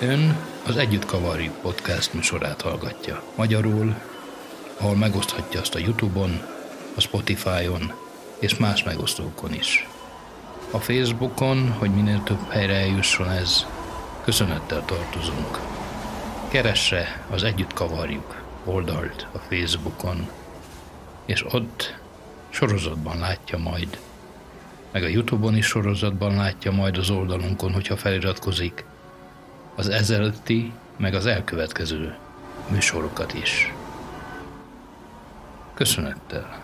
Ön az Együtt Kavarjuk podcast műsorát hallgatja. Magyarul, ahol megoszthatja azt a YouTube-on, a Spotify-on és más megosztókon is. A Facebookon, hogy minél több helyre eljusson ez, köszönettel tartozunk. Keresse az Együtt Kavarjuk oldalt a Facebookon, és ott sorozatban látja majd, meg a YouTube-on is sorozatban látja majd az oldalunkon, hogyha feliratkozik, az ezelőtti, meg az elkövetkező műsorokat is. Köszönettel!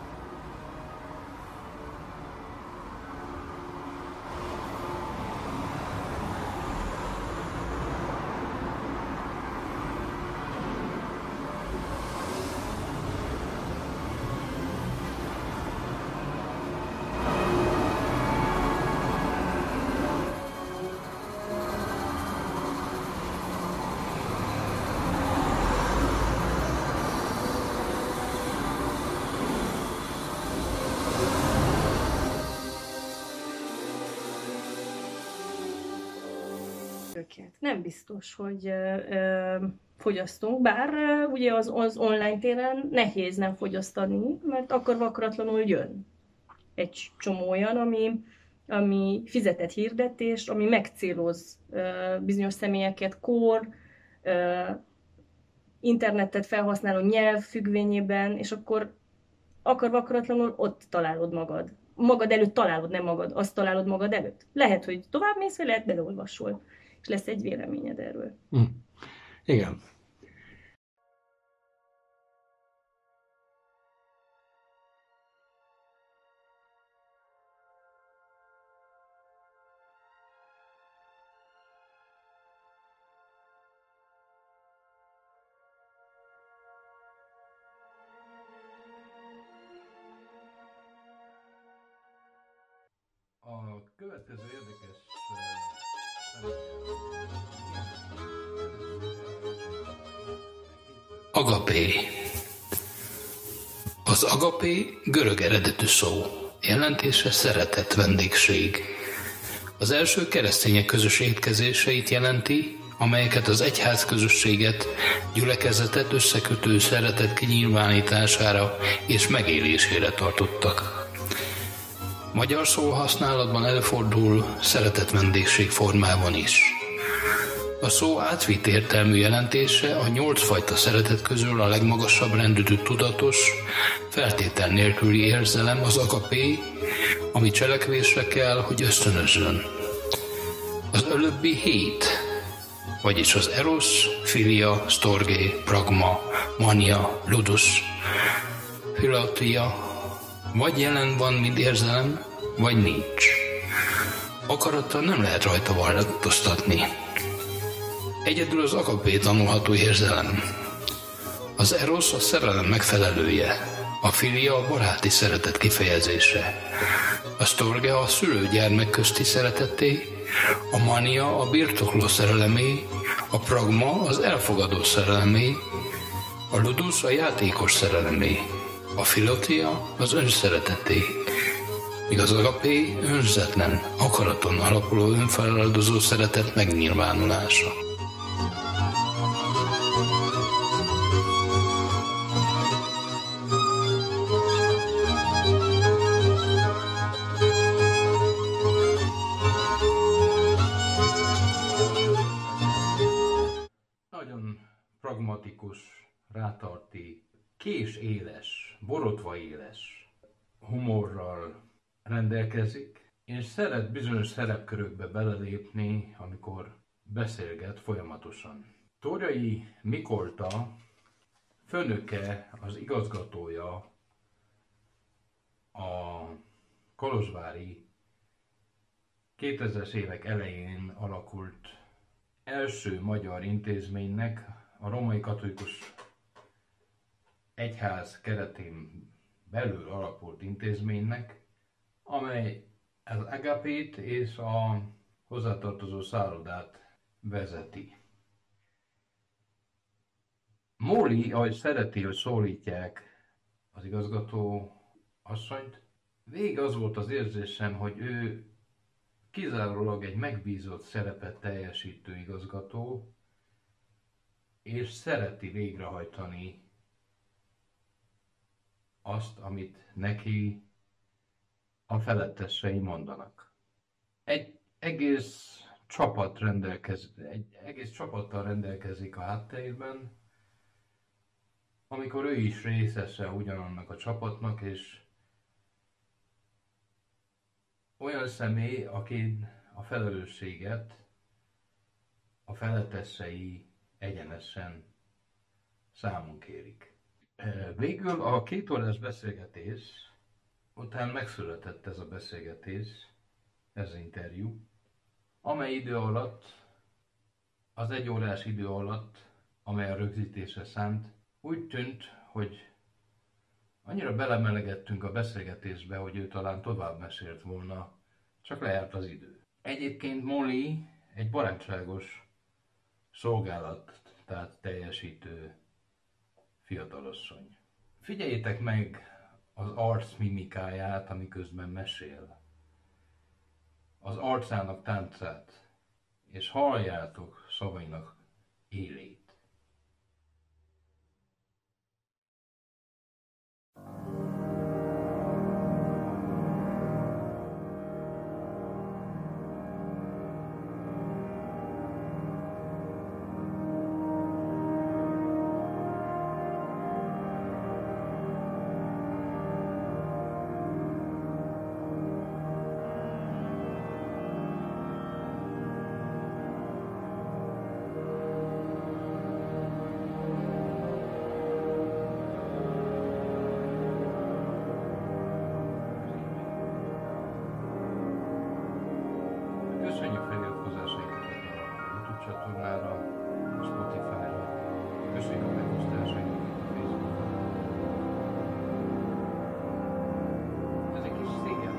Nem biztos, hogy fogyasztunk, bár ugye az online téren nehéz nem fogyasztani, mert akarva akaratlanul jön egy csomó olyan, ami fizetett hirdetés, ami megcéloz bizonyos személyeket, kor, internetet felhasználó nyelv függvényében, és akkor akarva akaratlanul ott találod magad. Magad előtt találod, nem magad, azt találod magad előtt. Lehet, hogy tovább mész, vagy lehet beleolvasol, és lesz egy véleményed erről. Igen. A következő érdekes Agapé. Az agapé görög eredetű szó, jelentése szeretet, vendégség. Az első keresztények közös étkezéseit jelenti, amelyeket az egyház közösséget, gyülekezetet összekötő szeretet kinyilvánítására és megélésére tartottak. Magyar szóhasználatban előfordul szeretett vendégség formában is. A szó átvitt értelmű jelentése a 8 fajta szeretet közül a legmagasabb rendű tudatos, feltétel nélküli érzelem az agapé, ami cselekvésre kell, hogy ösztönözzön. Az előbbi 7, vagyis az eros, filia, storgé, pragma, mania, ludus, philatia, vagy jelen van, mint érzelem, vagy nincs. Akarattal nem lehet rajta változtatni. Egyedül az agapé tanulható érzelem. Az eros a szerelem megfelelője, a filia a baráti szeretet kifejezése, a storge a szülő-gyermek közti szereteté, a mania a birtokló szerelemé, a pragma az elfogadó szerelemé, a ludus a játékos szerelemé, a philatia az önszereteté, míg az agapé önzetlen, akaraton alapuló önfeláldozó szeretet megnyilvánulása. Nagyon pragmatikus, rátarti, késéles, borotva éles humorral rendelkezik, és szeret bizonyos szerepkörökbe belelépni, amikor beszélget folyamatosan. Tóryai Mikolta főnöke, az igazgatója a kolozsvári 2000-es évek elején alakult első magyar intézménynek, a római katolikus egyház keretén belül alakult intézménynek, amely az agapét és a hozzátartozó szállodát vezeti. Móli, ahogy szereti, hogy szólítják az igazgató asszonyt, végig az volt az érzésem, hogy ő kizárólag egy megbízott szerepet teljesítő igazgató, és szereti végrehajtani azt, amit neki a felettesei mondanak. Egy egész csapattal rendelkezik a háttérben, amikor ő is részese ugyanannak a csapatnak, és olyan személy, aki a felelősséget a felettesei egyenesen számon kérik. Végül a 2 órás beszélgetés után megszületett ez a beszélgetés, ez az interjú, amely idő alatt, az 1 órás idő alatt, amely a rögzítésre szánt, úgy tűnt, hogy annyira belemelegettünk a beszélgetésbe, hogy ő talán tovább mesélt volna, csak lejárt az idő. Egyébként Molly egy barátságos szolgálatát teljesítő fiatalasszony. Figyeljétek meg az arc mimikáját, amiközben mesél. Az arcának táncát, és halljátok szavainak élét. Köszönjük feliratkozásaikat a YouTube csatornára, a Spotify-ra, köszönjük a megosztásaikat a Facebookon. Ez egy kis sziget.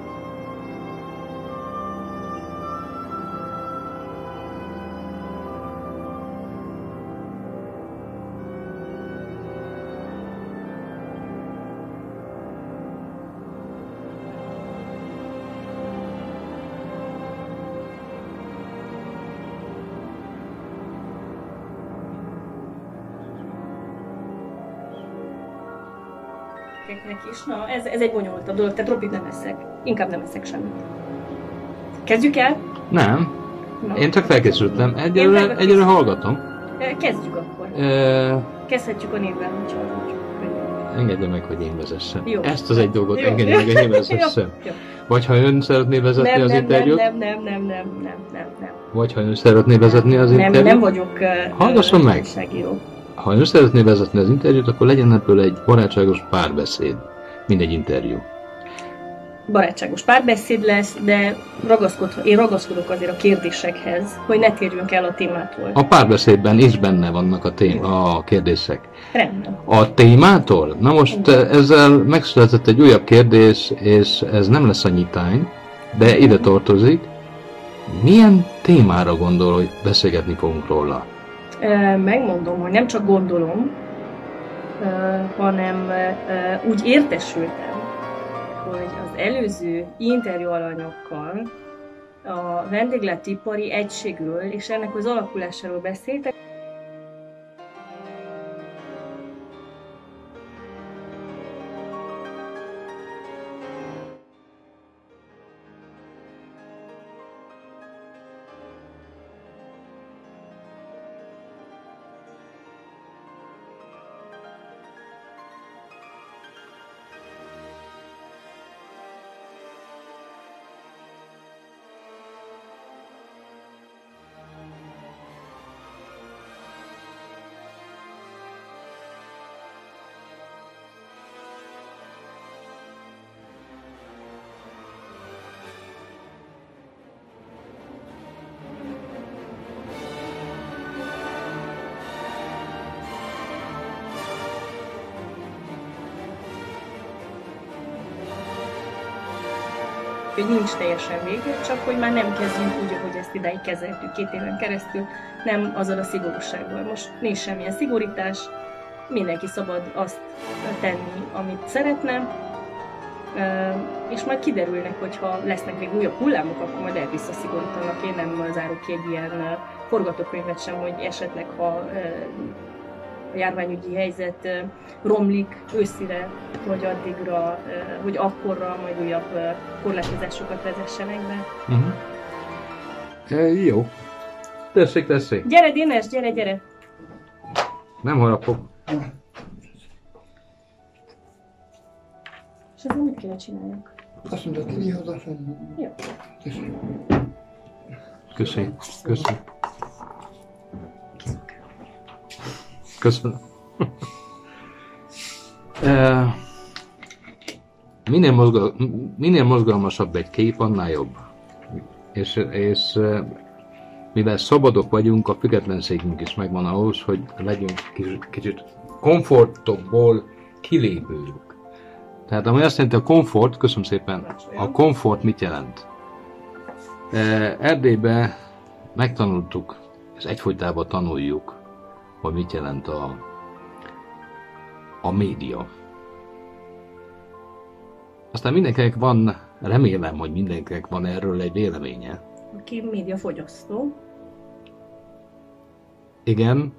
Is. Na, ez egy bonyolultabb dolog, tehát Robit nem eszek. Inkább nem eszek semmit. Kezdjük el? Nem. Na. Én csak felkészültem. Egyelőre hallgatom. Kezdjük akkor. Kezdhetjük a névvel, hogy hallgatjuk. Engedje meg, hogy én vezessem. Jó. Ezt az egy dolgot Jó. engedje meg, hogy én vezessem. Jó. Vagy ha ön szeretné vezetni az interjút. Nem. Vagy ha ön szeretné vezetni az interjút. Nem vagyok hallgasson meg. újságíró. Ha ön szeretné vezetni az interjút, akkor legyen ebből egy barátságos párbeszéd. Mindegy interjú. Barátságos párbeszéd lesz, de én ragaszkodok azért a kérdésekhez, hogy ne térjünk el a témától. A párbeszédben is benne vannak a kérdések. Rendben. A témától? Na most ezzel megszületett egy újabb kérdés, és ez nem lesz a nyitány, de ide tartozik. Milyen témára gondol, hogy beszélgetni fogunk róla? Megmondom, hogy nem csak gondolom, hanem úgy értesültem, hogy az előző interjú alanyokkal a vendéglátóipari egységről és ennek az alakulásáról beszéltek. Hogy nincs teljesen vége, csak hogy már nem kezdjünk úgy, ahogy ezt idáig kezeltük 2 éven keresztül, nem azzal a szigorúsággal. Most nincs semmilyen szigorítás, mindenki szabad azt tenni, amit szeretne, És majd kiderülnek, hogyha lesznek még újabb hullámok, akkor majd visszaszigorítanak. Én nem zárok ki egy ilyen forgatókönyvet sem, hogy esetleg, ha a járványügyi helyzet romlik őszire, vagy addigra, hogy akkorra majd újabb korlátozásokat vezessenek be. Jó. Tessék. Gyere, Dénes, gyere. Nem harapok. És ezzel mit kéne csináljak? Azt mondod, hogy mi haza fenn. Jó. Köszönöm. Minél mozgalmasabb egy kép, annál jobb. És mivel szabadok vagyunk, a függetlenségünk is megvan ahhoz, hogy legyünk kicsit komfortokból kilépők. Tehát ami azt jelenti a komfort, köszönöm szépen, a komfort mit jelent? Erdélyben megtanultuk, és egyfolytában tanuljuk, hogy mit jelent a média. Aztán mindenkinek van, remélem, hogy mindenkinek van erről egy véleménye. Aki médiafogyasztó. Igen.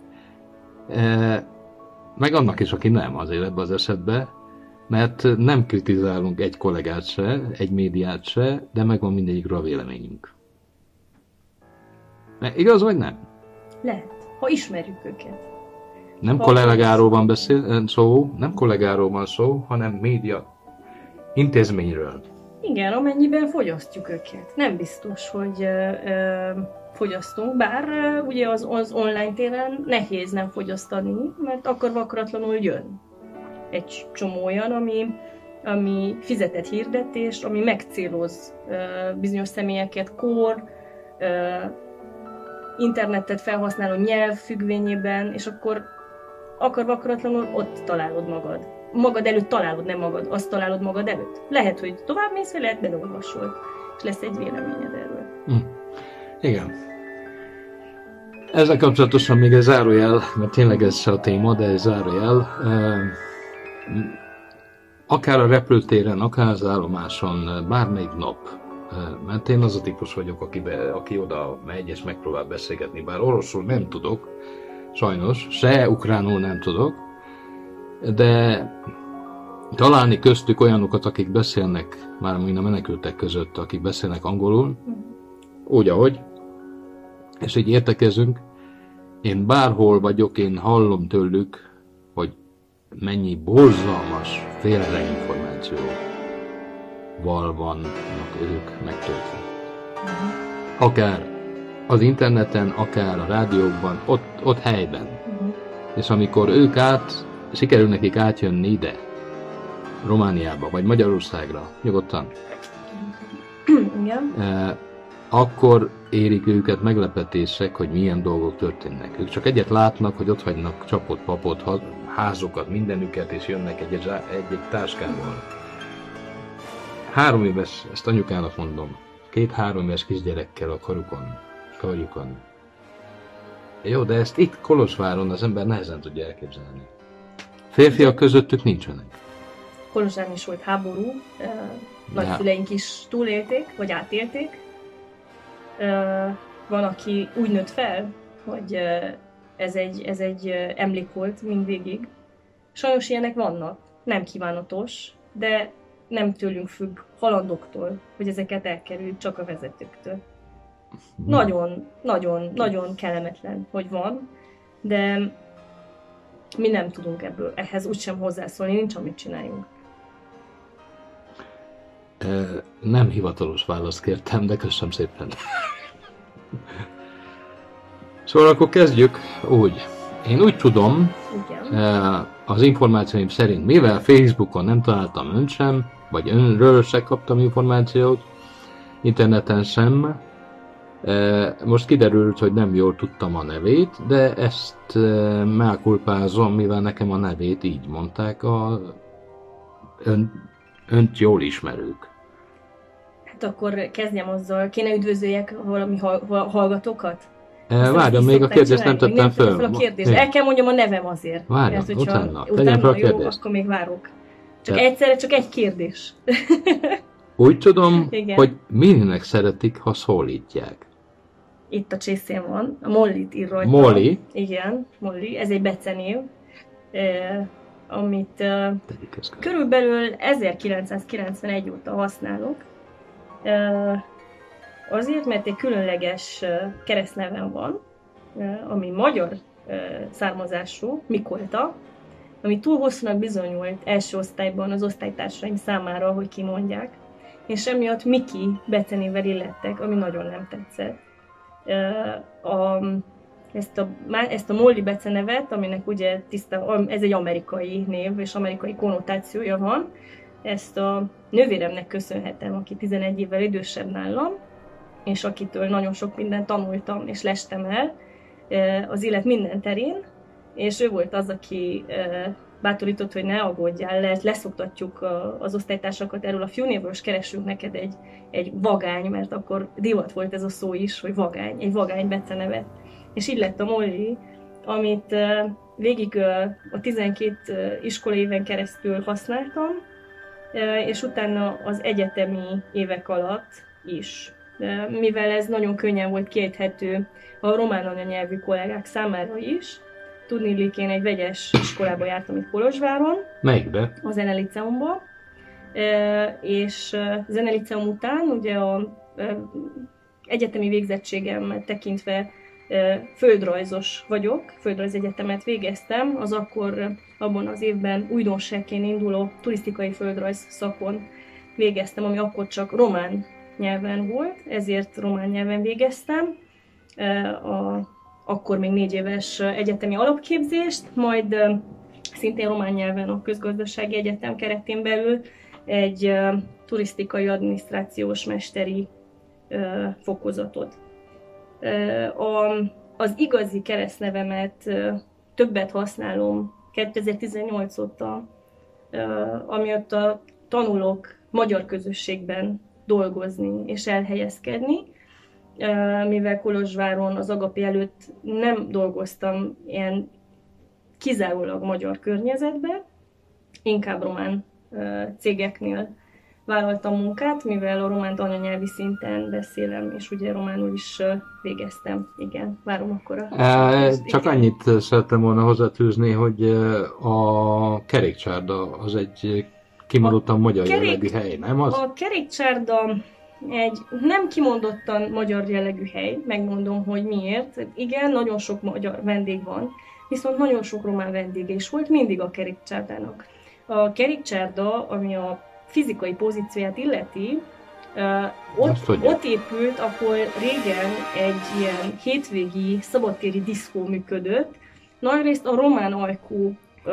Meg annak is, aki nem azért ebben az esetben, mert nem kritizálunk egy kollégát se, egy médiát se, de megvan mindegyikről a véleményünk. Igaz vagy nem? Lehet, ha ismerjük őket. Nem kollégáról van szó, nem kollégáról van szó, hanem média intézményről. Igen, amennyiben fogyasztjuk őket. Nem biztos, hogy fogyasztunk, bár ugye az online téren nehéz nem fogyasztani, mert akkor vakratlanul jön egy csomó olyan, ami fizetett hirdetés, ami megcéloz bizonyos személyeket, kor, internetet felhasználó nyelv függvényében, és akkor vakratlanul ott találod magad. Magad előtt találod, nem magad, azt találod magad előtt. Lehet, hogy tovább mész, vagy lehet belolvasol, és lesz egy véleményed erről. Igen. Ezzel kapcsolatosan még egy zárójel, mert tényleg ez se a téma, de egy zárójel. Akár a repülőtéren, akár az állomáson, bármelyik nap, mert én az a típus vagyok, aki oda megy és megpróbál beszélgetni, bár oroszul nem tudok, sajnos, se ukránul nem tudok, de találni köztük olyanokat, akik beszélnek, mármint a menekültek között, akik beszélnek angolul, úgy ahogy, és így értekezünk, én bárhol vagyok, én hallom tőlük, hogy mennyi borzalmas félreinformációval vannak ők megtöltve. Akár az interneten, akár a rádiókban, ott helyben. És amikor sikerül nekik átjönni ide, Romániába, vagy Magyarországra, nyugodtan, akkor érik őket meglepetések, hogy milyen dolgok történnek. Ők csak egyet látnak, hogy ott hagynak csapott, papot, házokat, mindenüket, és jönnek egy táskával. 3 éves, ezt anyukának mondom, 2-3 éves kisgyerekkel a karjukon. Jó, de ezt itt Kolozsváron az ember nehezen tudja elképzelni. Férfiak közöttük nincsenek. Kolozsvárban is volt háború, nagyszüleink is túlélték, vagy átélték. Van, aki úgy nőtt fel, hogy ez egy emlék volt mindvégig. Sajnos ilyenek vannak, nem kívánatos, de nem tőlünk függ, halandoktól, hogy ezeket elkerüljük, csak a vezetőktől. Nagyon kellemetlen, hogy van, de mi nem tudunk ehhez úgysem hozzászólni, nincs amit csináljunk. Nem hivatalos választ kértem, de köszönöm szépen. Szóval akkor kezdjük úgy. Én úgy tudom, az információim szerint, mivel Facebookon nem találtam önt sem, vagy önről se kaptam információt, interneten sem, most kiderült, hogy nem jól tudtam a nevét, de ezt megkulpázom, mivel nekem a nevét így mondták önt jól ismerők. Hát akkor kezdjem azzal, kéne üdvözöljek valami hallgatókat? Várjam, még a kérdést nem tettem föl. El kell mondjam a nevem azért. Várjam, utána. Tegyen fel a kérdést. Jó, akkor még várok. Csak Tehát- egyszerre csak egy kérdés. Úgy tudom, Igen. hogy Millinek szeretik, ha szólítják. Itt a csészén van, a Mollit ír rajta. Molly. Igen, Molly, ez egy becenév, amit Tegyük ezt. körülbelül 1991 óta használok. Azért, mert egy különleges keresztnevem van, ami magyar származású, Mikolta, ami túl hosszúnak bizonyult első osztályban az osztálytársaim számára, hogy kimondják, és emiatt Miki becenévvel illettek, ami nagyon nem tetszett. Ezt a Molly becenevet, aminek ugye ez egy amerikai név, és amerikai konnotációja van, ezt a nővéremnek köszönhetem, aki 11 évvel idősebb nálam, és akitől nagyon sok mindent tanultam és lestem el az élet minden terén, és ő volt az, aki bátorított, hogy ne aggódjál, leszoktatjuk az osztálytársakat erről a fiúnévről, és keresünk neked egy vagány, mert akkor divat volt ez a szó is, hogy vagány, egy vagány becenevet. És így lett a Molly, amit végig a 12 iskolai éven keresztül használtam, és utána az egyetemi évek alatt is. Mivel ez nagyon könnyen volt kiejthető a román anyanyelvű kollégák számára is, tudniillik, én egy vegyes iskolába jártam itt Kolozsváron, Melyikbe? a zeneliceumba, és zeneliceum után ugye a egyetemi végzettségem tekintve földrajzos vagyok, földrajzegyetemet végeztem, az akkor abban az évben újdonságként induló turisztikai földrajz szakon végeztem, ami akkor csak román nyelven volt, ezért román nyelven végeztem. Akkor még 4 éves egyetemi alapképzést, majd szintén román nyelven a Közgazdasági Egyetem keretén belül egy turisztikai adminisztrációs mesteri fokozatot. Az igazi keresztnevemet többet használom 2018 óta, amióta tanulok magyar közösségben dolgozni és elhelyezkedni, mivel Kolozsváron az Agapi előtt nem dolgoztam ilyen kizárólag magyar környezetben, inkább román cégeknél vállaltam munkát, mivel a románt anyanyelvi szinten beszélem, és ugye románul is végeztem. Igen, várom akkor a... Csak annyit szerettem volna hozzátűzni, hogy a kerékcsárda az egy kimondottan magyar jellegű hely, nem az? A kerékcsárda egy nem kimondottan magyar jellegű hely, megmondom, hogy miért. Igen, nagyon sok magyar vendég van, viszont nagyon sok román vendége is volt mindig a kerékcsárdának. A kerékcsárda, ami a fizikai pozícióját illeti, ott épült, ahol régen egy ilyen hétvégi szabadtéri diszkó működött. Nagyrészt a román ajkú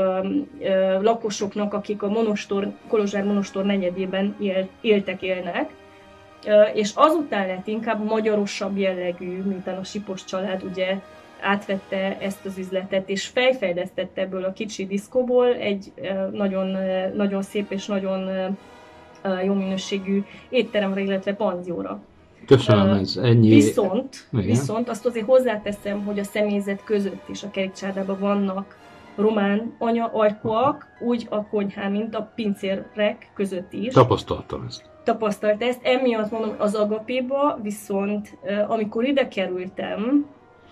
lakosoknak, akik a Kolozsvár Monostor negyedében élnek, és azután lett inkább magyarosabb jellegű, miután a Sipos család ugye átvette ezt az üzletet, és fejlesztette ebből a kicsi diszkóból egy nagyon, nagyon szép és nagyon jó minőségű étteremre, illetve panzióra. Köszönöm, ez ennyi. Viszont azt azért hozzáteszem, hogy a személyzet között is a kerékcsárdában vannak román ajkúak, úgy a konyhán, mint a pincérek között is. Tapasztalta ezt. Emiatt mondom, az Agapéba viszont, amikor ide kerültem,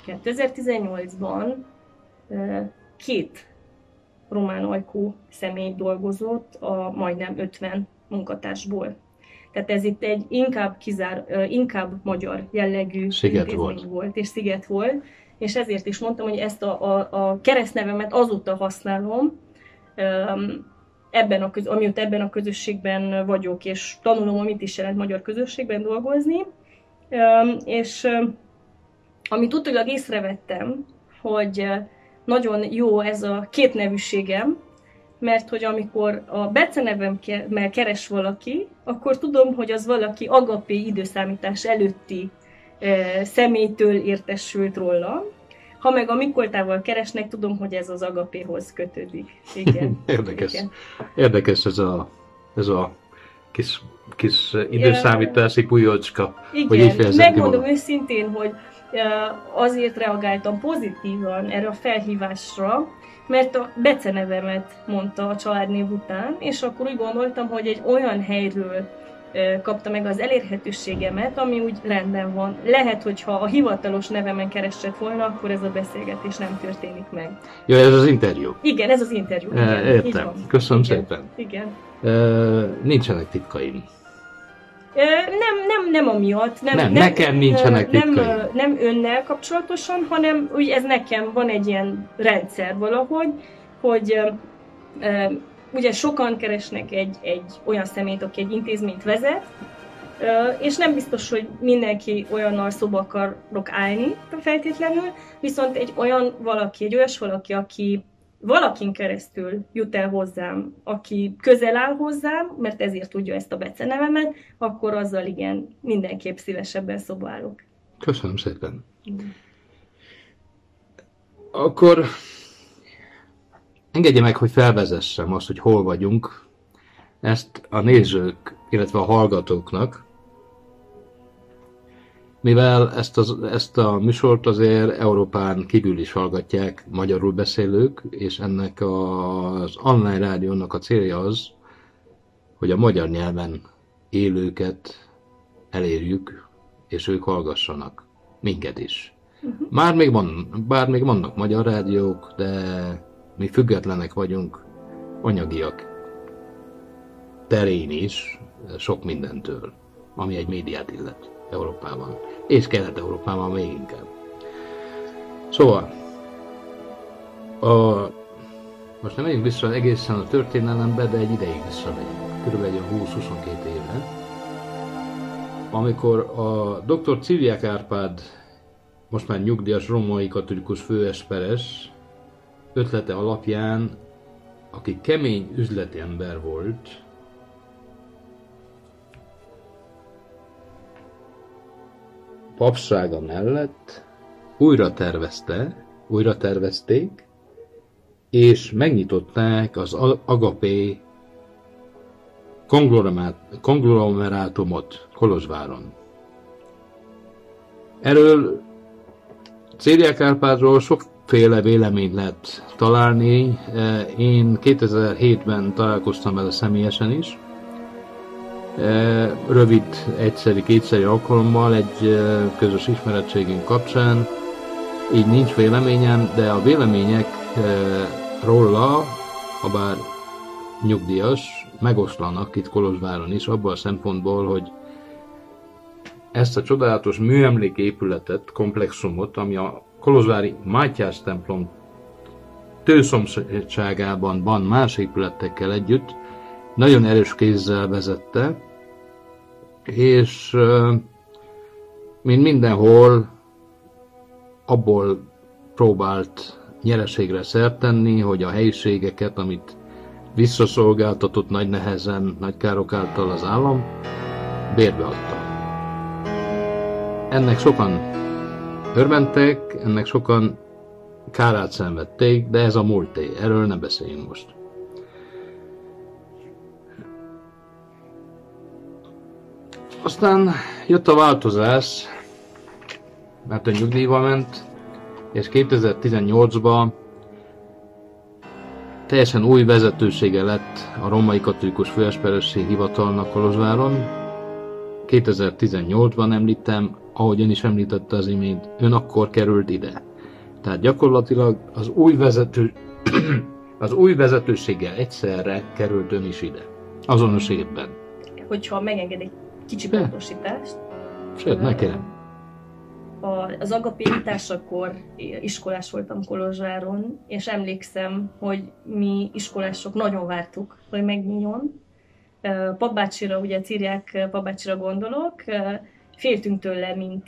2018-ban 2 román ajkú személy dolgozott a majdnem 50 munkatársból. Tehát ez itt egy inkább magyar jellegű intézmény volt, és sziget volt, és ezért is mondtam, hogy ezt a keresztnevemet azóta használom, amióta ebben a közösségben vagyok, és tanulom, amit is jelent magyar közösségben dolgozni, és amit utólag észrevettem, hogy nagyon jó ez a kétnevűségem, mert hogy amikor a becenevemmel keres valaki, akkor tudom, hogy az valaki Agapé időszámítás előtti személytől értesült róla. Ha meg a Mikoltával keresnek, tudom, hogy ez az Agapéhoz kötődik. Igen. Érdekes. Igen. Érdekes ez a kis időszámítási pulyócska, hogy így Igen, fejezem ki megmondom magam. őszintén, hogy azért reagáltam pozitívan erre a felhívásra, mert a becenevemet mondta a családnév után, és akkor úgy gondoltam, hogy egy olyan helyről kapta meg az elérhetőségemet, ami úgy rendben van. Lehet, hogyha a hivatalos nevemen keresett volna, akkor ez a beszélgetés nem történik meg. Ja, ez az interjú. Igen, ez az interjú. Igen, így Értem. van. Köszönöm Igen. szépen. Igen. Nincsenek titkaim. Nem amiatt. Nekem nincsenek titkaim. Nem önnel kapcsolatosan, hanem úgy ez nekem van egy ilyen rendszer valahogy, hogy ugye sokan keresnek egy olyan személyt, aki egy intézményt vezet, és nem biztos, hogy mindenki olyannal szóba akarok állni feltétlenül, viszont egy olyas valaki, aki valakin keresztül jut el hozzám, aki közel áll hozzám, mert ezért tudja ezt a becenevemet, akkor azzal igen, mindenképp szívesebben szóba állok. Köszönöm szépen. Akkor engedje meg, hogy felvezessem azt, hogy hol vagyunk, ezt a nézők, illetve a hallgatóknak, mivel ezt a műsort azért Európán kívül is hallgatják magyarul beszélők, és ennek az online rádiónak a célja az, hogy a magyar nyelven élőket elérjük, és ők hallgassanak. Minket is. Bár még vannak magyar rádiók, de mi függetlenek vagyunk anyagiak terén is, sok mindentől, ami egy médiát illet Európában. És Kelet-Európában még inkább. Szóval, most nem megyünk vissza egészen a történelembe, de egy ideig visszamegyünk. Körülbelül 20-22 éve. Amikor a dr. Ciriák Árpád, most már nyugdíjas római katolikus főesperes ötlete alapján, aki kemény üzleti ember volt, papsága mellett újra tervezték, és megnyitották az Agapé konglomerátumot Kolozsváron. Erről Ciriák Árpádról sokféle véleményt lehet találni. Én 2007-ben találkoztam vele személyesen is. Rövid, kétszeri alkalommal egy közös ismerettségünk kapcsán. Így nincs véleményem, de a vélemények róla, habár nyugdíjas, megoszlanak itt Kolozsváron is, abban a szempontból, hogy ezt a csodálatos műemléképületet, komplexumot, ami a kolozsvári Mátyás templom tőszomszédságában van más épületekkel együtt, nagyon erős kézzel vezette, és mint mindenhol abból próbált nyereségre szert tenni, hogy a helyiségeket, amit visszaszolgáltatott nagy nehezen, nagy károk által az állam, bérbe adta. Ennek sokan örventek, ennek sokan kárát szenvedték, de ez a múlté, erről ne beszéljünk most. Aztán jött a változás, mert a nyugdíjba ment, és 2018-ban teljesen új vezetősége lett a római katolikus főesperesség hivatalnak Kolozsváron. 2018-ban említem, ahogy ön is említette az imént, ön akkor került ide. Tehát gyakorlatilag az új vezetőséggel egyszerre került ön is ide. Azonos évben. Hogyha megenged egy kicsi pontosítást. Sőt, ne kérem. Az Agapé nyitásakor iskolás voltam Kolozsváron, és emlékszem, hogy mi iskolások nagyon vártuk, hogy megnyíljon. Papbácsira, ugye Ciriák papbácsira gondolok, féltünk tőle, mint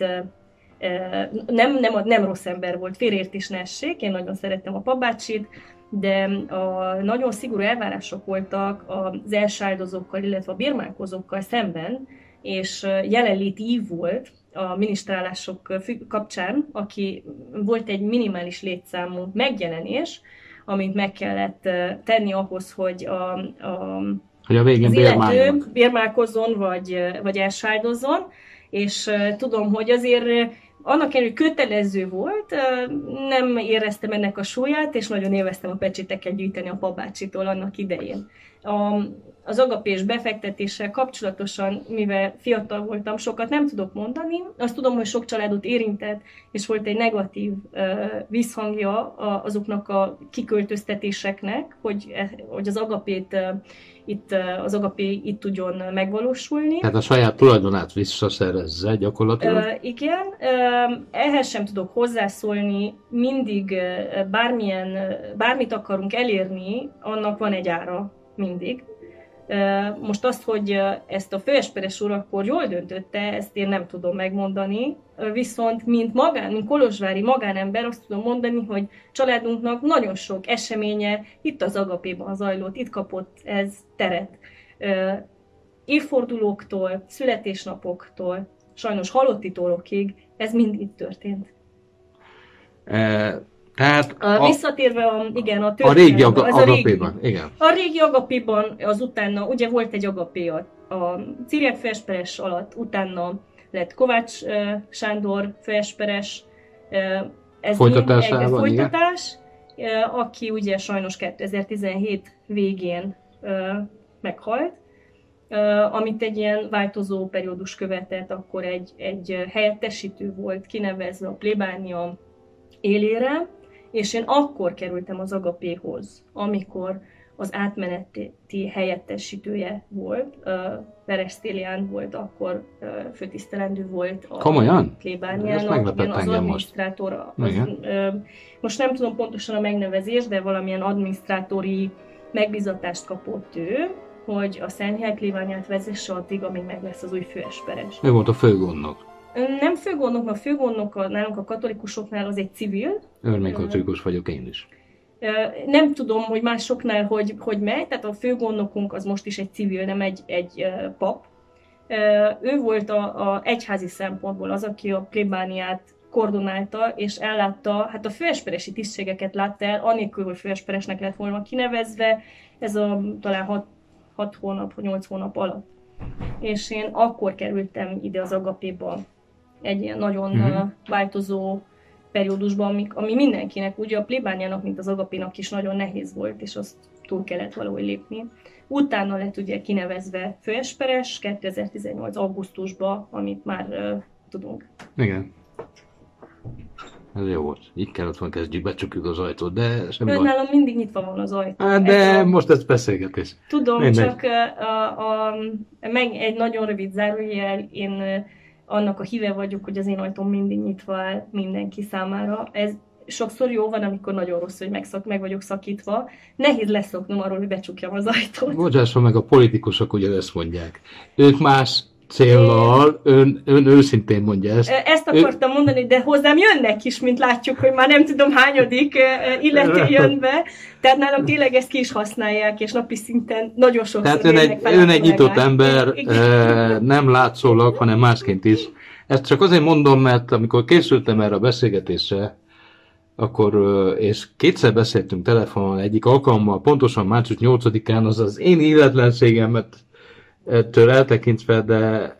nem rossz ember volt, félreértés ne essék, én nagyon szerettem a papbácsit, de nagyon szigorú elvárások voltak az elsáldozókkal, illetve a bírmálkozókkal szemben, és jelenléti ív volt a ministrálások kapcsán, aki volt egy minimális létszámú megjelenés, amit meg kellett tenni ahhoz, hogy Hogy a végén bérmálkozzon, vagy elsájdozzon, és tudom, hogy azért annak ellenére, hogy kötelező volt, nem éreztem ennek a súlyát, és nagyon élveztem a pecséteket gyűjteni a papbácsitól annak idején. Az agapés befektetéssel kapcsolatosan, mivel fiatal voltam, sokat nem tudok mondani. Azt tudom, hogy sok családot érintett, és volt egy negatív visszhangja azoknak a kiköltöztetéseknek, hogy az agapét az agapé itt tudjon megvalósulni. Tehát a saját tulajdonát visszaszerezze gyakorlatilag? Igen, ehhez sem tudok hozzászólni, mindig bármit akarunk elérni, annak van egy ára mindig. Most azt, hogy ezt a főesperes úr akkor jól döntötte, ezt én nem tudom megmondani, viszont mint kolozsvári magánember azt tudom mondani, hogy családunknak nagyon sok eseménye itt az agapéban zajlott, itt kapott ez teret. Évfordulóktól, születésnapoktól, sajnos halotti tólokig, ez mind itt történt. Tehát visszatérve a régi agapéban, igen. A régi agapéban az utána, ugye volt egy agapé a Ciriák főesperes alatt, utána lett Kovács Sándor főesperes, ez egy folytatás, aki ugye sajnos 2017 végén meghalt, amit egy ilyen változó periódus követett, akkor egy helyettesítő volt kinevezve a plébánia élére, és én akkor kerültem az agapéhoz, amikor az átmeneti helyettesítője volt, Veresztélián volt, akkor főtisztelendő volt a plébániának, az adminisztrátora. Most nem tudom pontosan a megnevezést, de valamilyen adminisztrátori megbízatást kapott ő, hogy a Szenthely plébániát vezesse addig, amíg meg lesz az új főesperes. Ő volt a főgondnok. Nem főgondnok, mert a főgondnok nálunk a katolikusoknál az egy civil. Örménykatolikus vagyok én is. Nem tudom, hogy másoknál hogy megy, tehát a főgondnokunk az most is egy civil, nem egy pap. Ő volt a egyházi szempontból az, aki a plébániát koordinálta és ellátta, hát a főesperesi tisztségeket látta el, anélkül, hogy főesperesnek lett volna kinevezve, ez talán 6 hónap, 8 hónap alatt. És én akkor kerültem ide az agapéba, egy ilyen nagyon változó periódusban, ami mindenkinek, ugye a plébániának, mint az agapénak is nagyon nehéz volt, és azt túl kellett valahogy lépni. Utána lett ugye kinevezve főesperes 2018. augusztusban, amit már tudunk. Igen. Ez jó volt. Így kellett volna kezdjük, becsukjuk az ajtót, de semmi baj. Nálam mindig nyitva van az ajtó. De most ez beszélgetés. Tudom, mindegy. Csak meg egy nagyon rövid zárójel, én annak a híve vagyok, hogy az én ajtóm mindig nyitva áll mindenki számára. Ez sokszor jó van, amikor nagyon rossz, hogy meg vagyok szakítva. Nehéz leszoknom arról, hogy becsukjam az ajtót. Bocsásson meg, a politikusok ugye ezt mondják. Ők más céllal, ön őszintén mondja ezt. Ezt akartam mondani, de hozzám jönnek is, mint látjuk, hogy már nem tudom hányadik illető jön be. Tehát nálam tényleg ezt ki is használják, és napi szinten nagyon sokszor Tehát ön egy nyitott ember, nem látszólag, hanem másként is. Ezt csak azért mondom, mert amikor készültem erre a beszélgetésre, akkor, és kétszer beszéltünk telefonon egyik alkalommal, pontosan március 8-án, az az én illetlenségemet ettől eltekintve, de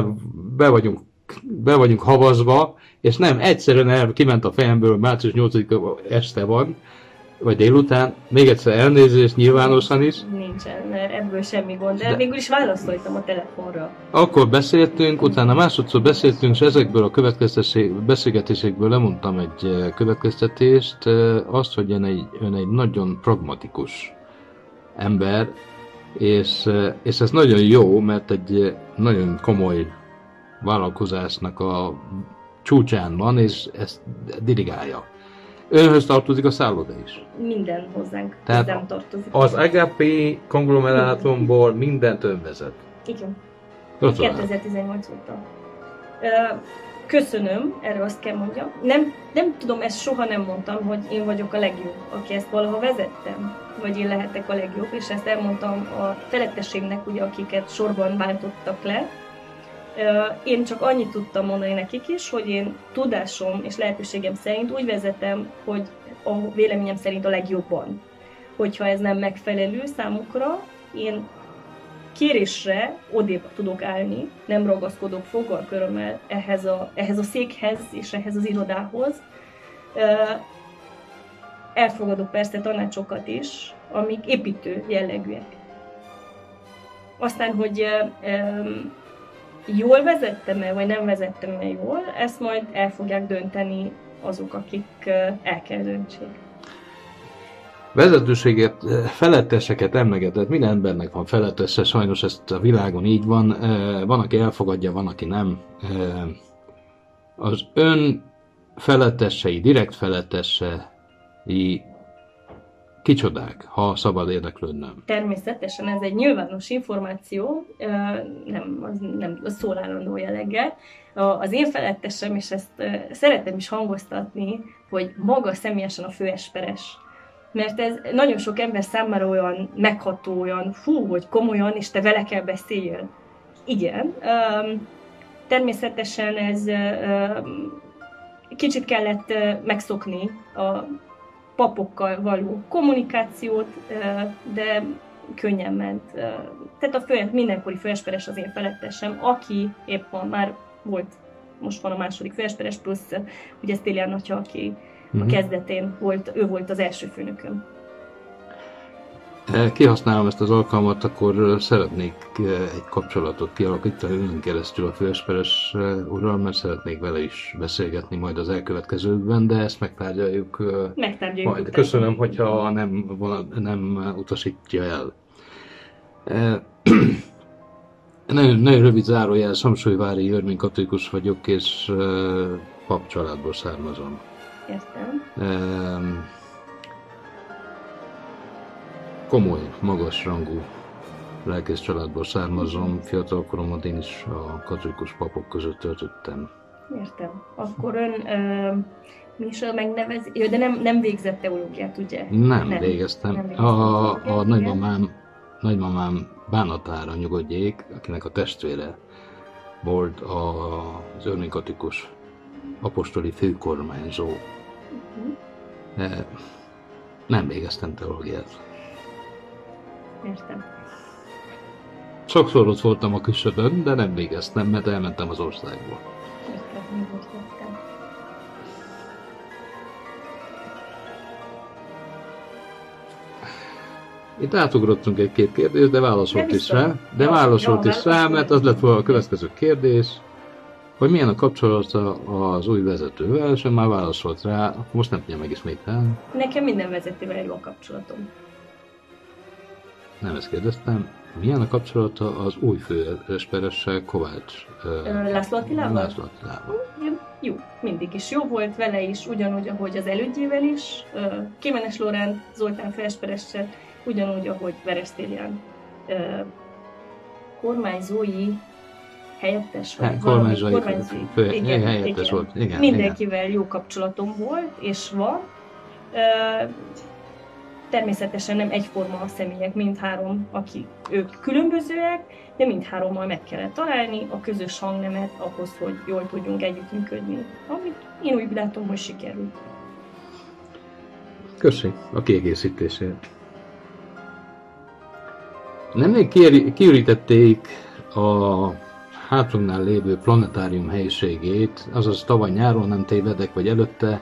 be vagyunk havazva, és nem egyszerűen kiment a fejemből, március 8-a este van, vagy délután, még egyszer elnézést nyilvánosan is. Nincsen, mert ebből semmi gond, de végül is válaszoltam a telefonra. Akkor beszéltünk, utána másodszor beszéltünk, és ezekből a beszélgetésekből lemondtam egy következtetést, azt, hogy ön egy nagyon pragmatikus ember, és ez nagyon jó, mert egy nagyon komoly vállalkozásnak a csúcsán van, és ezt dirigálja. Önhöz tartozik a szálloda is? Minden hozzánk tartozik. Az Agapé konglomerátumból mindent ön vezet? Igen. 2018 óta. Köszönöm, erről azt kell mondjam. Nem tudom, ezt soha nem mondtam, hogy én vagyok a legjobb, aki ezt valaha vezettem, vagy én lehetek a legjobb, és ezt elmondtam a felettességnek, ugye, akiket sorban váltottak le. Én csak annyit tudtam mondani nekik is, hogy én tudásom és lehetőségem szerint úgy vezetem, hogy a véleményem szerint a legjobban. Hogyha ez nem megfelelő számukra, én kérésre odébb tudok állni, nem ragaszkodok fogalkörömmel ehhez a székhez és ehhez az irodához. Elfogadok persze tanácsokat is, amik építő jellegűek. Aztán, hogy jól vezettem-e, vagy nem vezettem-e jól, ezt majd el fogják dönteni azok, akik el kell döntsék. Vezetőséget, feletteseket emlegetett, minden embernek van felettese, sajnos ezt a világon így van. Van, aki elfogadja, van, aki nem. Az ön felettesei, direkt felettesei kicsodák, ha szabad érdeklődnöm? Természetesen ez egy nyilvános információ, nem szólálandó jelleggel. Az én felettesem, és ezt szeretem is hangoztatni, hogy maga személyesen a főesperes. Mert ez nagyon sok ember számára olyan megható, olyan hogy komolyan, és te vele kell beszéljél. Igen, természetesen ez kicsit kellett megszokni a papokkal való kommunikációt, de könnyen ment. Tehát mindenkori főesperes az én felettesem, aki éppen már volt, most van a második főesperes, plusz ugye Sztélián atya, aki a kezdetén volt, ő volt az első főnököm. Kihasználom ezt az alkalmat, akkor szeretnék egy kapcsolatot kialakítani önön keresztül a főesperes urral, mert szeretnék vele is beszélgetni majd az elkövetkezőkben, de ezt megtárgyaljuk. Majd. Köszönöm, hogyha nem utasítja el. Nagyon rövid zárójel, Samsúlyvári örmény katolikus vagyok, és papcsaládból származom. Értem. Komoly, magas rangú lelkész családból származom, fiatal koromban én is a katolikus papok között töltöttem. Értem. Akkor ön mi is a megnevezés? De nem végzett teológiát, ugye? Nem végeztem. A nagymamám bánatára nyugodjék, akinek a testvére volt az örmény katolikus apostoli főkormányzó. Nem végeztem teológiát. Értem. Sokszor ott voltam a küszöbön, de nem végeztem, mert elmentem az országból. Értem. Itt átugrottunk egy-két kérdést, de válaszolt is rá, mert az lett volna a következő kérdés, hogy milyen a kapcsolata az új vezetővel, és már válaszolt rá, most nem tudja megismételni. Nekem minden vezetővel jó a kapcsolatom. Nem ezt kérdeztem. Milyen a kapcsolata az új főesperessel, Kovács? László Attilával? László Attilával. Jó, mindig is jó volt vele is, ugyanúgy, ahogy az elődjével is. Kémenes Loránd Zoltán főesperessel, ugyanúgy, ahogy Veres Sztélián kormányzói helyettes vagy kormányzói helyettes volt. Igen, mindenkivel jó kapcsolatom volt, és van. Természetesen nem egyforma a személyek, mindhárom, akik ők különbözőek, de mindhárommal meg kellett találni a közös hangnemet ahhoz, hogy jól tudjunk együttműködni. Amit én úgy látom, hogy sikerült. Köszi a kiegészítésért. Nemrég kiürítették a hátunknál lévő planetárium helyiségét, azaz tavaly nyáron, nem tévedek, vagy előtte.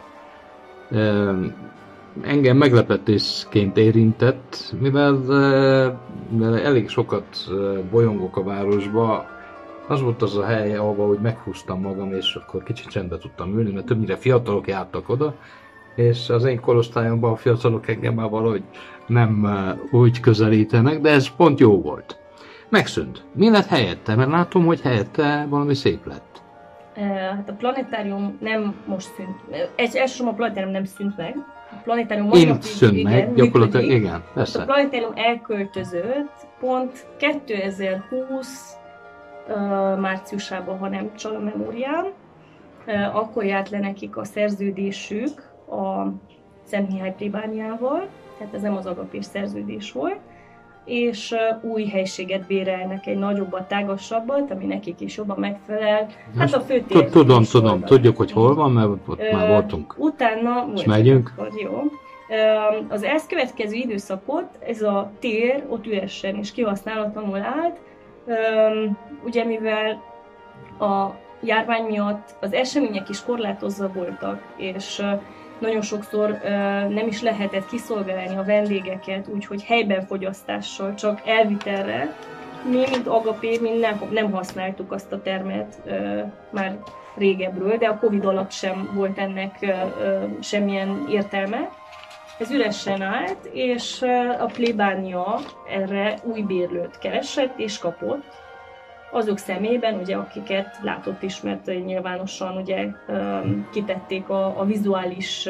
Engem meglepetésként érintett, mivel elég sokat bolyongok a városba. Az volt az a hely, ahol úgy meghúztam magam, és akkor kicsit csendbe tudtam ülni, mert többnyire fiatalok jártak oda, és az én korosztályomban a fiatalok engem már valahogy nem úgy közelítenek, de ez pont jó volt. Megszűnt. Mi lett helyette? Mert látom, hogy helyette valami szép lett. Hát a planetárium nem most szűnt. Elsősorban a planetárium nem szűnt meg. A planetárium szűnt meg, gyakorlatilag igen, persze. A planetárium elköltözött pont 2020 márciusában, ha nem csal a memóriám. Akkor járt le nekik a szerződésük a Szent Mihály plébániával, tehát ez nem az agapés szerződés volt, és új helységet bérelnek, egy nagyobbat, tágasabbat, ami nekik is jobban megfelel. Hát a főtér. Tudom, tudjuk, hogy hol van, mert ott már voltunk. Utána és megyünk. Jó. Az ezt következő időszakot ez a tér ott üresen és kihasználatlanul állt, ugye mivel a járvány miatt az események is korlátozva voltak, és nagyon sokszor nem is lehetett kiszolgálni a vendégeket, úgyhogy helyben fogyasztással, csak elvitelre. Mi, mint Agapé, nem használtuk azt a termet már régebről, de a Covid alatt sem volt ennek semmilyen értelme. Ez üresen állt, és a plébánia erre új bérlőt keresett és kapott. Azok szemében, ugye, akiket látott is, mert nyilvánosan ugye, kitették a vizuális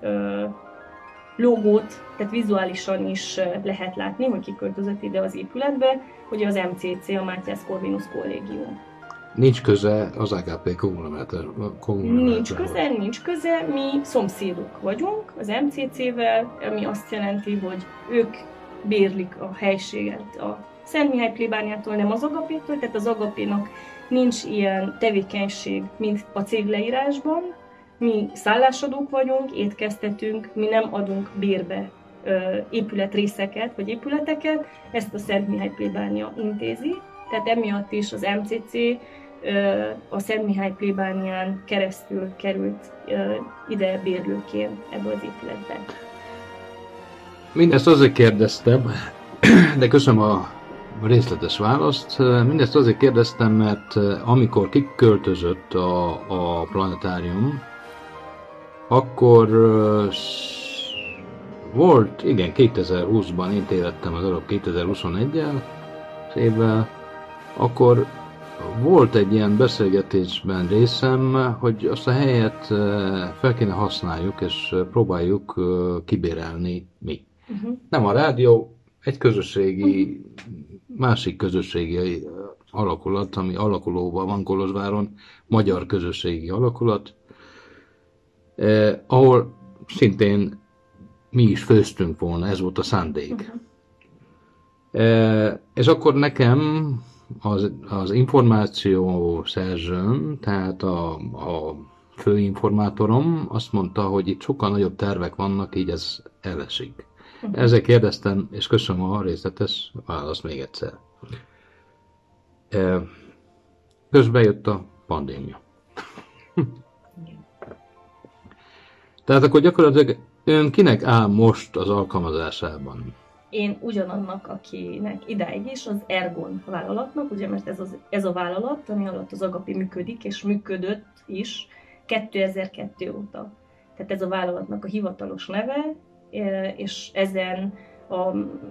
logót, tehát vizuálisan is lehet látni, hogy kiköltözött ide az épületbe, ugye az MCC, a Matthias Corvinus Kollégium. Nincs köze az AKP konglomerációhoz. Nincs köze, mi szomszédok vagyunk az MCC-vel, ami azt jelenti, hogy ők bérlik a helységet a Szent Mihály plébániától, nem az Agapétól, tehát az Agapénak nincs ilyen tevékenység, mint a cégleírásban. Mi szállásadók vagyunk, étkeztetünk, mi nem adunk bérbe épületrészeket vagy épületeket, ezt a Szent Mihály plébánia intézi, tehát emiatt is az MCC a Szent Mihály plébánián keresztül került ide bérlőként ebbe az épületbe. Mindezt azért kérdeztem, de köszönöm a részletes választ. Mindezt azért kérdeztem, mert amikor kiköltözött a planetárium, akkor volt, igen, 2020-ban én tévedtem az előbb 2021-el, évvel, akkor volt egy ilyen beszélgetésben részem, hogy azt a helyet fel kéne használjuk, és próbáljuk kibérelni mi. Nem a rádió, egy közösségi, másik közösségi alakulat, ami alakulóban van Kolozsváron, magyar közösségi alakulat, ahol szintén mi is főztünk volna, ez volt a szándék. És akkor nekem az információ szerzőm, tehát a főinformátorom azt mondta, hogy itt sokkal nagyobb tervek vannak, így ez elesik. Ezzel kérdeztem, és köszönöm a részletes választ még egyszer. Közben jött a pandémia. Tehát akkor gyakorlatilag ön kinek áll most az alkalmazásában? Én ugyanannak, akinek idáig is az Ergon vállalatnak, ugye, mert ez a vállalat, ami alatt az Agapé működik, és működött is 2002 óta. Tehát ez a vállalatnak a hivatalos neve, és ezen a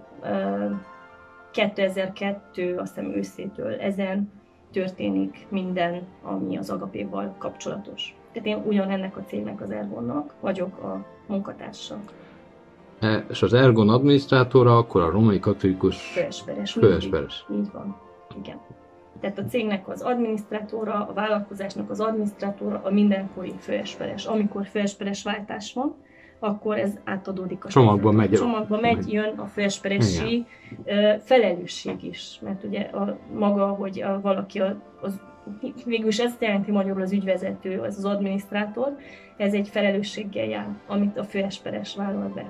2002, azt hiszem őszétől ezen történik minden, ami az Agapéval kapcsolatos. Tehát én ugyanennek a cégnek, az Ergonnak vagyok a munkatársa. És az Ergon adminisztrátora, akkor a római katolikus főesperes. Így van, igen. Tehát a cégnek az adminisztrátora, a vállalkozásnak az adminisztrátora, a mindenkori főesperes. Amikor főesperes váltás van, akkor ez átadódik a csomagba megy, jön a főesperesi felelősség is. Mert ugye maga, hogy valaki végül is ezt jelenti magyarul az ügyvezető, az adminisztrátor, ez egy felelősséggel jár, amit a főesperes vállal be.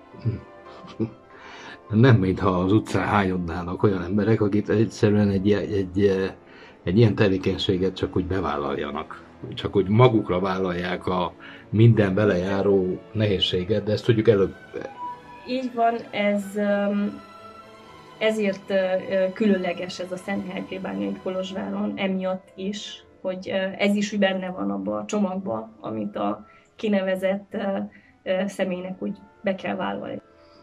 Nem mintha az utcán hányodnának olyan emberek, akik egyszerűen egy ilyen tevékenységet csak úgy bevállaljanak. Csak úgy magukra vállalják a minden belejáró nehézséget, de ezt tudjuk előbb. Így van, ezért különleges ez a Szent Mihály plébánia itt Kolozsváron, emiatt is, hogy ez is benne van abban a csomagban, amit a kinevezett személynek úgy be kell vállalni.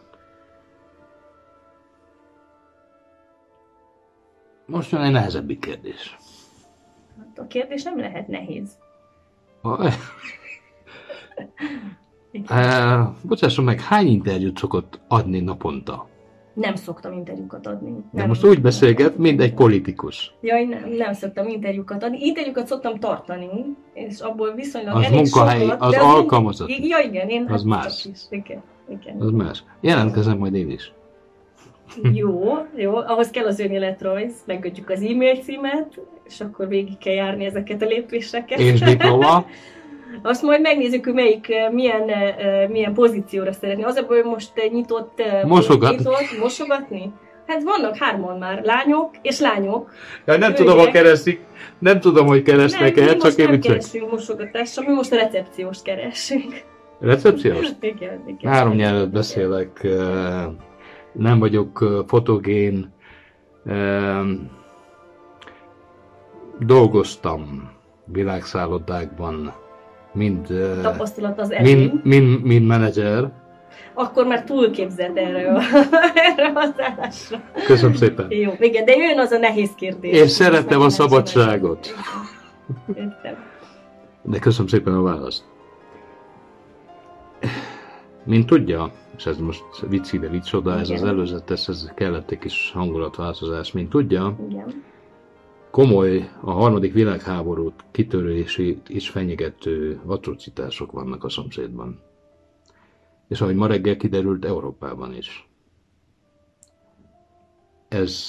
Most jön egy nehezebbi kérdés. A kérdés nem lehet nehéz. Bocsásson meg, hány interjút szokott adni naponta? Nem szoktam interjúkat adni. De most úgy beszélget, mint egy politikus. Jaj, nem szoktam interjúkat adni. Interjúkat szoktam tartani, és abból viszonylag az elég munkahely, sokat. Az alkalmazott. Ja, igen, én az más. Is. Igen. Az más. Jelentkezem majd én is. Jó, ahhoz kell az önéletrajz, megkötjük az e-mail címet, és akkor végig kell járni ezeket a lépéseket. És diploma. Azt majd megnézzük, hogy milyen pozícióra szeretné. Az a baj, hogy most nyitott mosogatni. Hát vannak 3 már, lányok és lányok. Ja, nem tudom, ha keresik. Nem tudom, hogy keresnek-e, csak én nem keresünk mosogatásra, mi most a recepcióst keresünk. Recepciós? Igen. 3 nyelvet beszélek, nem vagyok fotogén, dolgoztam világszállodákban, tapasztalat az elég. Mind menedzser. Akkor már túlképzett erre az állásra. Köszönöm szépen. Jó, igen, de jön az a nehéz kérdés. Én szeretem a szabadságot. Értem. De köszönöm szépen a választ. Mint tudja, és ez most vicc ide, vicc oda, ez az előzetes, ez kellett egy kis hangulatváltozás. Mint tudja, igen. Komoly a harmadik világháborút kitörését is fenyegető atrocitások vannak a szomszédban. És ahogy ma reggel kiderült, Európában is. Ez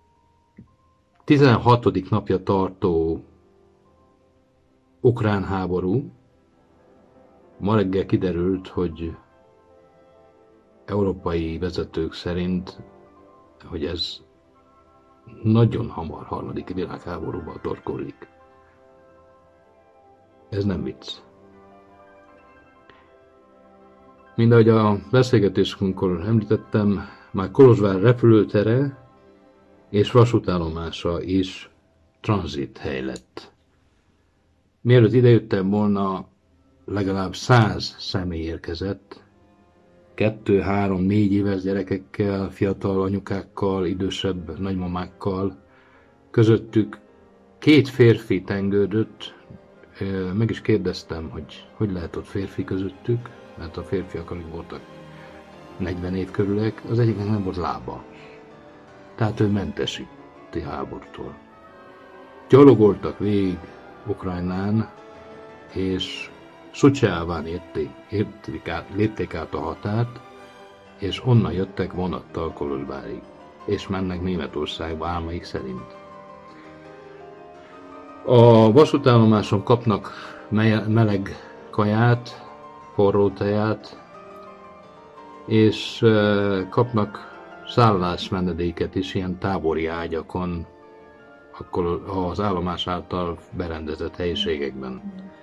16. napja tartó ukrán háború. Ma reggel kiderült, hogy európai vezetők szerint, hogy ez nagyon hamar harmadik világháborúba torkollik. Ez nem vicc. Mind ahogy a beszélgetésünkkor említettem, már Kolozsvár repülőtere és vasútállomása is tranzithely lett. Mielőtt idejöttem volna, legalább 100 személy érkezett, 2, 3, 4 éves gyerekekkel, fiatal anyukákkal, idősebb nagymamákkal. Közöttük 2 férfi tengődött. Meg is kérdeztem, hogy lehet ott férfi közöttük, mert a férfiak alig voltak 40 év körülek, az egyiknek nem volt lába. Tehát ő mentesíti háborútól. Gyalogoltak végig Ukrajnán, és Szucsáván lépték át a határt, és onnan jöttek vonattal Kolozsvárig, és mennek Németországba álmaik szerint. A vasútállomáson kapnak meleg kaját, forró teját, és kapnak szállásmenedéket is ilyen tábori ágyakon, akkor az állomás által berendezett helyiségekben.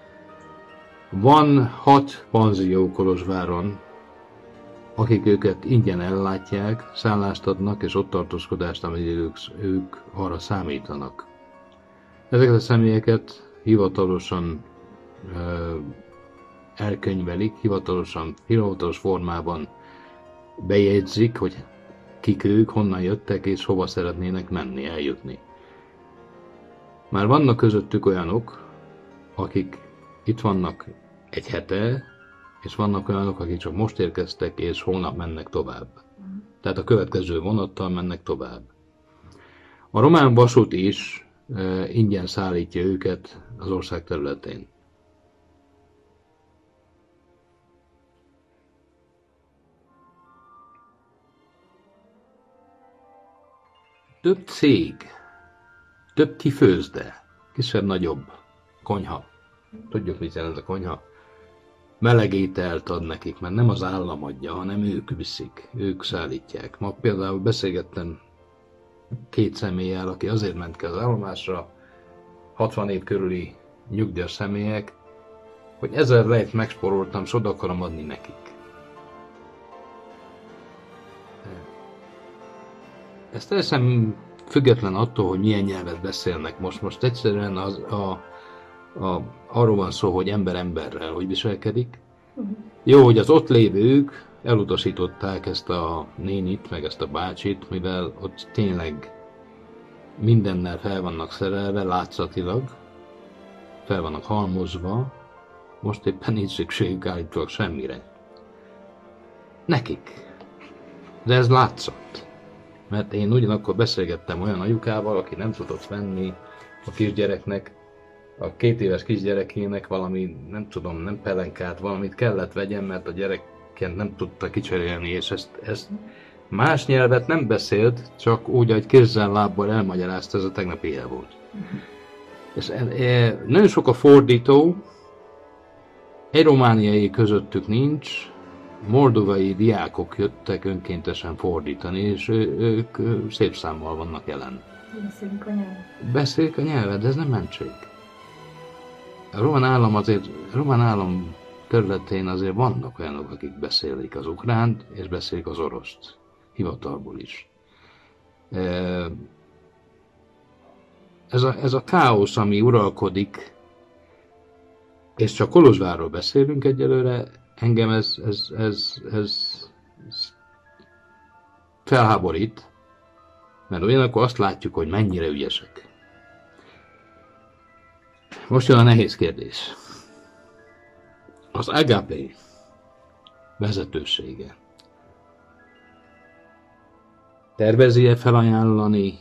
Van 6 panzió Kolozsváron, akik őket ingyen ellátják, szállást adnak és ott tartózkodást, amíg ők arra számítanak. Ezeket a személyeket hivatalosan elkönyvelik, hivatalos formában bejegyzik, hogy kik ők, honnan jöttek és hova szeretnének menni, eljutni. Már vannak közöttük olyanok, akik itt vannak egy hete, és vannak olyanok, akik csak most érkeztek, és holnap mennek tovább. Tehát a következő vonattal mennek tovább. A román vasút is ingyen szállítja őket az ország területén. Több cég, több kifőzde, kisebb-nagyobb konyha. Tudjuk, mit jelent a konyha. Meleg ételt ad nekik, mert nem az állam adja, hanem ők viszik, ők szállítják. Ma például beszélgettem 2 személlyel, aki azért ment ki az állomásra, 60 év körüli nyugdíjas személyek, hogy 1000 lejt megspóroltam, és oda akarom adni nekik. Ez teljesen független attól, hogy milyen nyelvet beszélnek most egyszerűen arról van szó, hogy ember emberrel hogy viselkedik. Jó, hogy az ott lévők elutasították ezt a nénit, meg ezt a bácsit, mivel ott tényleg mindennel fel vannak szerelve, látszatilag, fel vannak halmozva, most éppen nincs szükségük állítólag semmire. Nekik. De ez látszott. Mert én ugyanakkor beszélgettem olyan anyukával, aki nem tudott venni a kisgyereknek, a 2 éves kisgyerekének valami, nem tudom, nem pelenkát, valamit kellett vegyen, mert a gyereket nem tudta kicserélni, és ezt más nyelvet nem beszélt, csak úgy, hogy kézzel, lábbal elmagyarázta, ez a tegnap éjjel volt. És nagyon sok a fordító, Egy romániai közöttük nincs, moldovai diákok jöttek önkéntesen fordítani, és ők szép számmal vannak jelen. Beszélik a nyelvet. Beszélik a nyelvet, de ez nem mentség. A román állam területén azért vannak olyanok, akik beszélik az ukránt, és beszélik az oroszt. Hivatalból is. Ez a káosz, ami uralkodik, és csak Kolozsvárról beszélünk egyelőre, engem ez felháborít, mert ugyanakkor azt látjuk, hogy mennyire ügyesek. Most jön a nehéz kérdés. Az AKP vezetősége tervezi-e felajánlani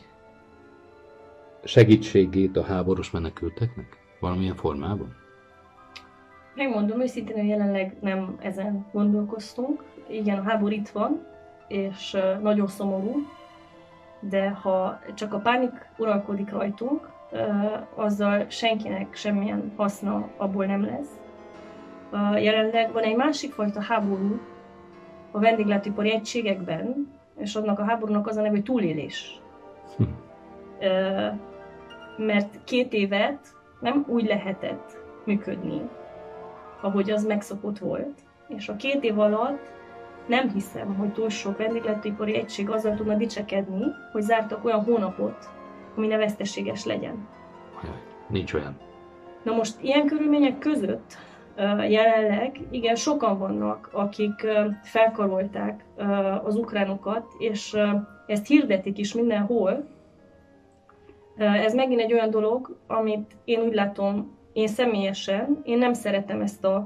segítségét a háborús menekülteknek? Valamilyen formában? Megmondom őszintén, hogy jelenleg nem ezen gondolkoztunk. Igen, a háború itt van, és nagyon szomorú, de ha csak a pánik uralkodik rajtunk, azzal senkinek semmilyen haszna abból nem lesz. Jelenleg van egy másik fajta háború a vendéglátóipari egységekben, és annak a háborúnak az a neve, hogy túlélés. Mert 2 évet nem úgy lehetett működni, ahogy az megszokott volt. És a 2 év alatt nem hiszem, hogy túl sok vendéglátóipari egység azzal tudna dicsekedni, hogy zártak olyan hónapot, ami ne veszteséges legyen. Nincs olyan. Na most ilyen körülmények között jelenleg igen sokan vannak, akik felkarolták az ukránokat, és ezt hirdetik is mindenhol. Ez megint egy olyan dolog, amit én úgy látom, én személyesen, én nem szeretem ezt a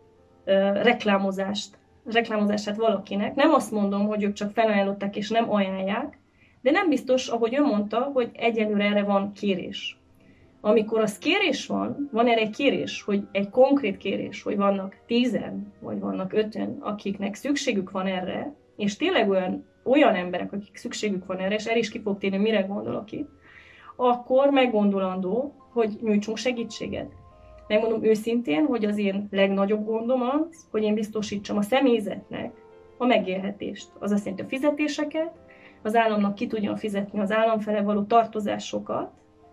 reklámozását valakinek. Nem azt mondom, hogy ők csak felajánlották és nem ajánlják, de nem biztos, ahogy ő mondta, hogy egyelőre erre van kérés. Amikor az kérés van erre egy kérés, hogy egy konkrét kérés, hogy vannak 10 vagy vannak 5, akiknek szükségük van erre, és tényleg olyan emberek, akik szükségük van erre, és el is ki fog térni, mire gondolok itt, akkor meggondolandó, hogy nyújtsunk segítséget. Megmondom őszintén, hogy az én legnagyobb gondom az, hogy én biztosítsam a személyzetnek a megélhetést. Az azt jelenti a fizetéseket, az államnak ki tudjon fizetni az állam fele való tartozásokat,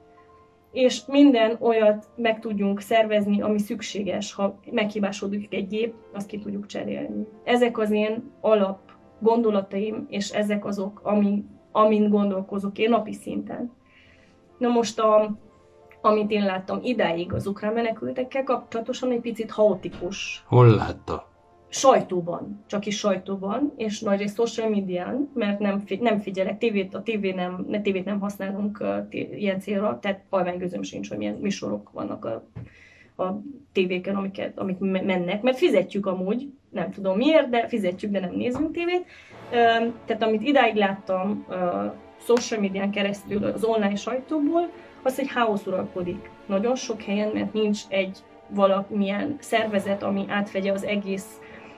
és minden olyat meg tudjunk szervezni, ami szükséges, ha meghibásodik egy gép, azt ki tudjuk cserélni. Ezek az én alap gondolataim, és ezek azok, amin gondolkozok én napi szinten. Na most, amit én láttam idáig az ukrán menekültekkel kapcsolatosan, egy picit haotikus. Hol látta? Sajtóban, csak is sajtóban, és nagyrészt social médián, mert nem figyelek, tévét nem használunk ilyen célra, tehát halványgőzöm sincs, hogy milyen műsorok vannak a tévéken, amik mennek, mert fizetjük amúgy, nem tudom miért, de fizetjük, de nem nézünk tévét. Tehát amit idáig láttam social médián keresztül az online sajtóból, az, hogy háosz uralkodik nagyon sok helyen, mert nincs egy valamilyen szervezet, ami átvegye az egész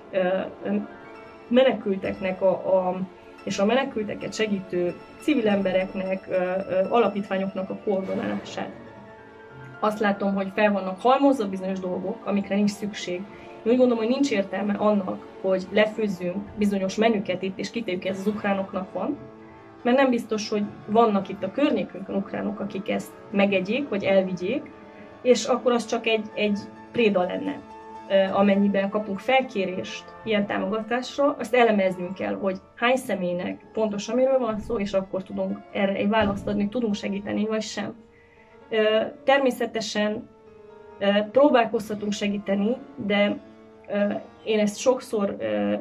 menekülteknek és a menekülteket segítő civil embereknek, alapítványoknak a koordinálását. Azt látom, hogy fel vannak halmozva bizonyos dolgok, amikre nincs szükség. Én úgy gondolom, hogy nincs értelme annak, hogy lefőzzünk bizonyos menüket itt, és kitéljük, hogy ez az ukránoknak van, mert nem biztos, hogy vannak itt a környékünkön ukránok, akik ezt megegyék, vagy elvigyék, és akkor az csak egy préda lenne. Amennyiben kapunk felkérést ilyen támogatásra, azt elemeznünk kell, hogy hány személynek pontosan miről van szó, és akkor tudunk erre egy választ adni, tudunk segíteni, vagy sem. Természetesen próbálkozhatunk segíteni, de én ezt sokszor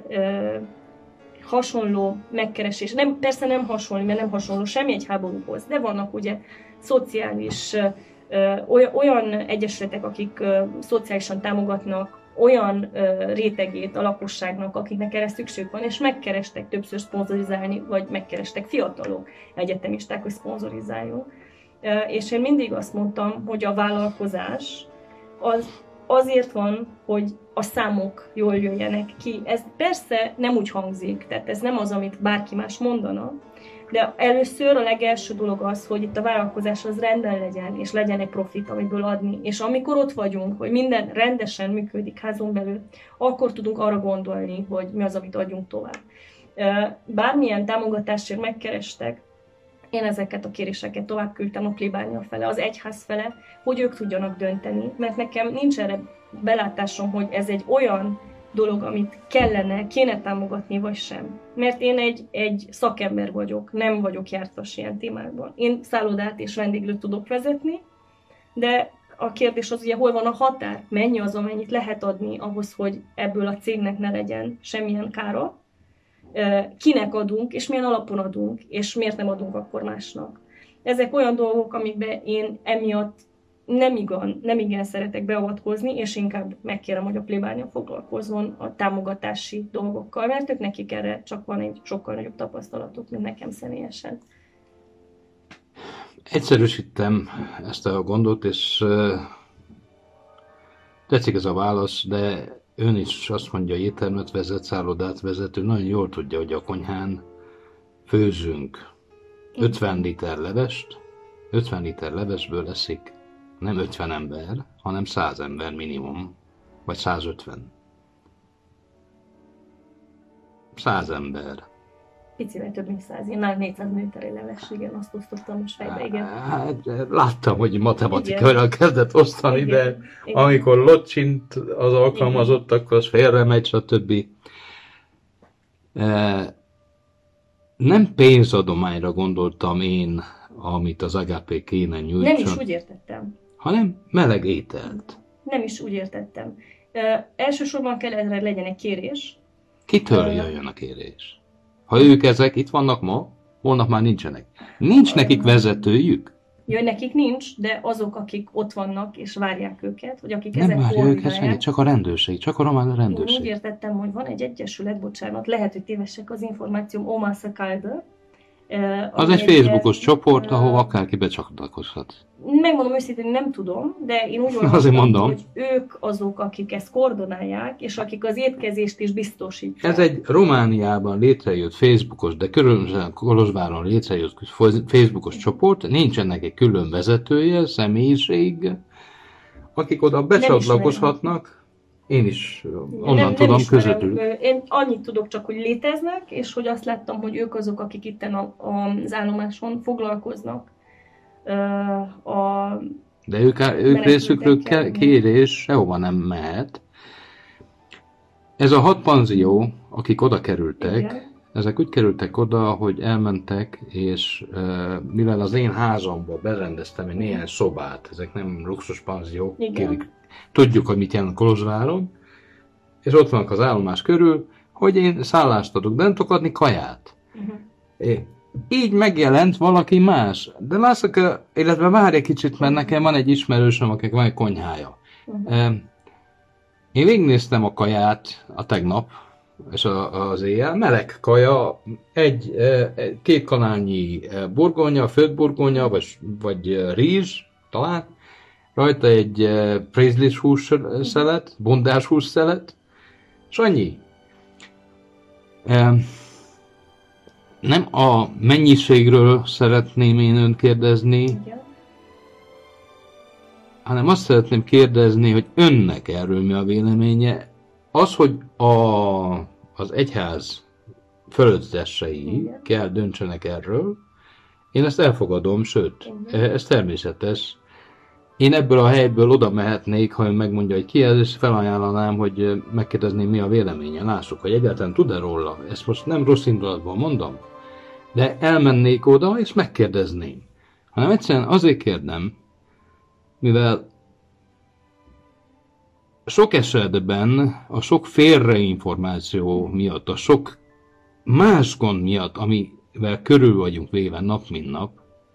hasonló megkeresés, persze nem hasonló, mert nem hasonló semmi egy háborúhoz, de vannak ugye szociális, olyan egyesületek, akik szociálisan támogatnak olyan rétegét a lakosságnak, akiknek erre szükség van, és megkerestek többször szponzorizálni, vagy megkerestek fiatalok, egyetemisták, hogy szponzorizáljon. És én mindig azt mondtam, hogy a vállalkozás az azért van, hogy a számok jól jöjjenek ki. Ez persze nem úgy hangzik, tehát ez nem az, amit bárki más mondana, De először a legelső dolog az, hogy itt a vállalkozás az rendben legyen, és legyen egy profit, amiből adni. És amikor ott vagyunk, hogy minden rendesen működik házon belül, akkor tudunk arra gondolni, hogy mi az, amit adjunk tovább. Bármilyen támogatásért megkerestek, én ezeket a kéréseket tovább küldtem a plébánia fele, az egyház fele, hogy ők tudjanak dönteni, mert nekem nincs erre belátásom, hogy ez egy olyan dolog, amit kéne támogatni, vagy sem. Mert én egy szakember vagyok, nem vagyok jártas ilyen témákban. Én szállodát és vendéglőt tudok vezetni, de a kérdés az ugye, hol van a határ? Mennyi az, amennyit lehet adni ahhoz, hogy ebből a cégnek ne legyen semmilyen kára? Kinek adunk, és milyen alapon adunk, és miért nem adunk akkor másnak. Ezek olyan dolgok, amikben én emiatt nem igen szeretek beavatkozni, és inkább megkérem, hogy a plébánia foglalkozzon a támogatási dolgokkal, mert ők nekik erre csak van egy sokkal nagyobb tapasztalatuk, mint nekem személyesen. Egyszerűsítem ezt a gondot, és tetszik ez a válasz, de ön is azt mondja, éttermet vezet, szállodát vezet, ő nagyon jól tudja, hogy a konyhán főzünk 50 liter levest, 50 liter levesből eszik nem 50 ember, hanem 100 ember minimum, vagy 150. 100 ember. Picivel több mint 100, én már 400 méterre leves, igen, azt osztottam most fejbe, igen. Hát, láttam, hogy matematikailag kezdett osztani, igen. De igen. Amikor locsint az alkalmazott, akkor az félremegy, stb. Nem pénzadományra gondoltam én, amit az Agape kéne nyújtson. Nem is úgy értettem. Hanem meleg ételt. Nem is úgy értettem. Elsősorban kell erre legyen egy kérés. Kitől jöjjön a kérés? Ha ők ezek itt vannak ma, holnap már nincsenek. Nincs nekik vezetőjük? Jaj, nekik nincs, de azok, akik ott vannak és várják őket, vagy akik nem ezek várja őket senki, csak a rendőrség, csak a román rendőrség. Én úgy értettem, hogy van egy egyesület, bocsánat, lehet, hogy tévesek az információm, Omasa Kalbe. Az egy Facebookos csoport, ahol akárki becsatlakozhat. Megmondom őszintén, nem tudom, de én úgy mondom, hogy ők azok, akik ezt koordinálják, és akik az étkezést is biztosítják. Ez egy Romániában létrejött Facebookos, de különösen Kolozsváron létrejött Facebookos csoport, nincsenek egy külön vezetője, személyiség, akik oda becsatlakozhatnak. Én is onnan tudom közvetül. Én annyit tudok csak, hogy léteznek, és hogy azt láttam, hogy ők azok, akik itten az állomáson foglalkoznak. De ők részükről kérés sehova nem mehet. Ez a 6 panzió, akik oda kerültek, igen. Ezek úgy kerültek oda, hogy elmentek, és mivel az én házamba berendeztem egy néhány szobát, ezek nem luxus panziók, tudjuk, hogy mit jelent Kolozsváron, és ott vannak az állomás körül, hogy én szállást adok, de nem tudok adni kaját. Így megjelent valaki más. De lássuk, illetve várj egy kicsit, mert nekem van egy ismerősöm, akinek van egy konyhája. Én végignéztem a kaját a tegnap, és az éjjel, meleg kaja, két kanálnyi burgonya, főtt burgonya, vagy rizs, talán, rajta egy prézlis hússzelet, bondás hússzelet, és annyi. Nem a mennyiségről szeretném én önt kérdezni, igen. Hanem azt szeretném kérdezni, hogy önnek erről mi a véleménye. Az, hogy az egyház fölöttesei kell döntsenek erről, én ezt elfogadom, sőt, ez természetes. Én ebből a helyből oda mehetnék, ha ön megmondja, hogy ki ez, és felajánlanám, hogy megkérdezném, mi a véleménye. Lássuk, hogy egyáltalán tud-e róla. Ezt most nem rossz indulatban mondom, de elmennék oda, és megkérdezném. Hanem egyszerűen azért kérdem, mivel sok esetben a sok félreinformáció miatt, a sok más gond miatt, amivel körül vagyunk véve nap mint nap,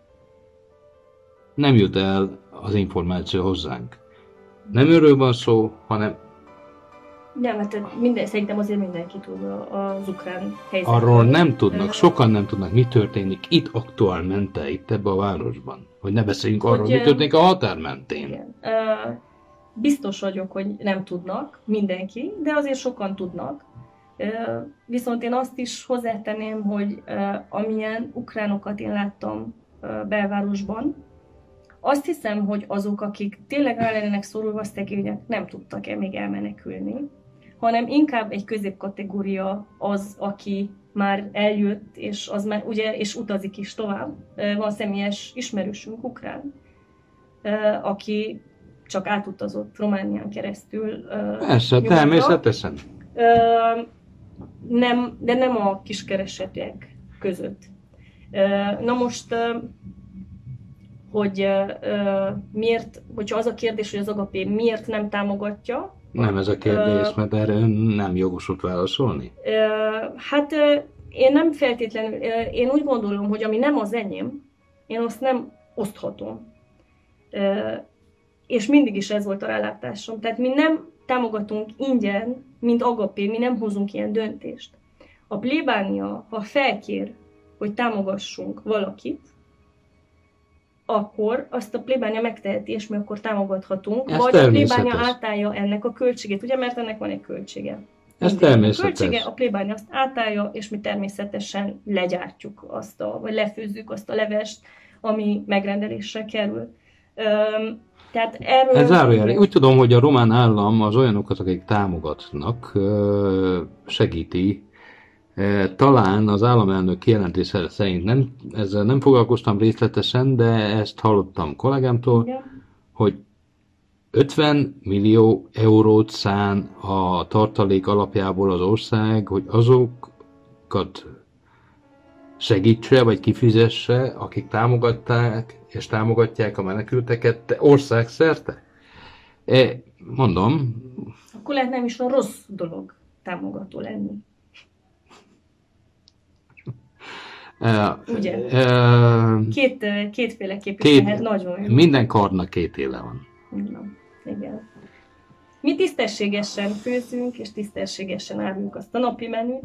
nem jut el az információ hozzánk. Nem őről van szó, hanem... Nem, mert szerintem azért mindenki tud az ukrán helyzetről. Arról nem tudnak, sokan nem tudnak, mi történik itt aktuálmente, itt ebben a városban. Hogy ne beszéljünk arról, mi történik a határ mentén. Igen. Biztos vagyok, hogy nem tudnak mindenki, de azért sokan tudnak. Viszont én azt is hozzátenném, hogy amilyen ukránokat én láttam belvárosban, azt hiszem, hogy azok, akik tényleg el lennének szorulva szegények, nem tudtak még elmenekülni, hanem inkább egy középkategória az, aki már eljött, és az már ugye, és utazik is tovább. Van személyes ismerősünk, ukrán, aki csak átutazott Románián keresztül. Persze, természetesen. De nem a kiskeresetek között. Na most, hogy miért, hogyha az a kérdés, hogy az Agapé miért nem támogatja? Nem ez a kérdés, mert erre nem jogosult válaszolni? Hát én nem feltétlenül, én úgy gondolom, hogy ami nem az enyém, én azt nem oszthatom. És mindig is ez volt a rálátásom. Tehát mi nem támogatunk ingyen, mint Agapé, mi nem hozunk ilyen döntést. A plébánia, ha felkér, hogy támogassunk valakit, akkor azt a plébánia megteheti, és mi akkor támogathatunk, vagy a plébánia átállja ennek a költségét, ugye, mert ennek van egy költsége. Ez természetes. A költsége, a plébánia azt átállja, és mi természetesen legyártjuk azt vagy lefőzzük azt a levest, ami megrendelésre kerül. Tehát erről... Ez zárójel. Úgy tudom, hogy a román állam az olyanokat, akik támogatnak, segíti. Talán az államelnök kijelentése szerint ezzel nem foglalkoztam részletesen, de ezt hallottam kollégámtól, igen, hogy 50 millió eurót szán a tartalék alapjából az ország, hogy azokat segítse, vagy kifizesse, akik támogatták és támogatják a menekülteket országszerte. Mondom. Akkor lehet nem is a rossz dolog támogató lenni. Ugye? Kétféleképpen lehet nagyon jó. Minden kardnak két éle van. Igen. Mi tisztességesen főzünk, és tisztességesen áruljuk azt a napi menüt,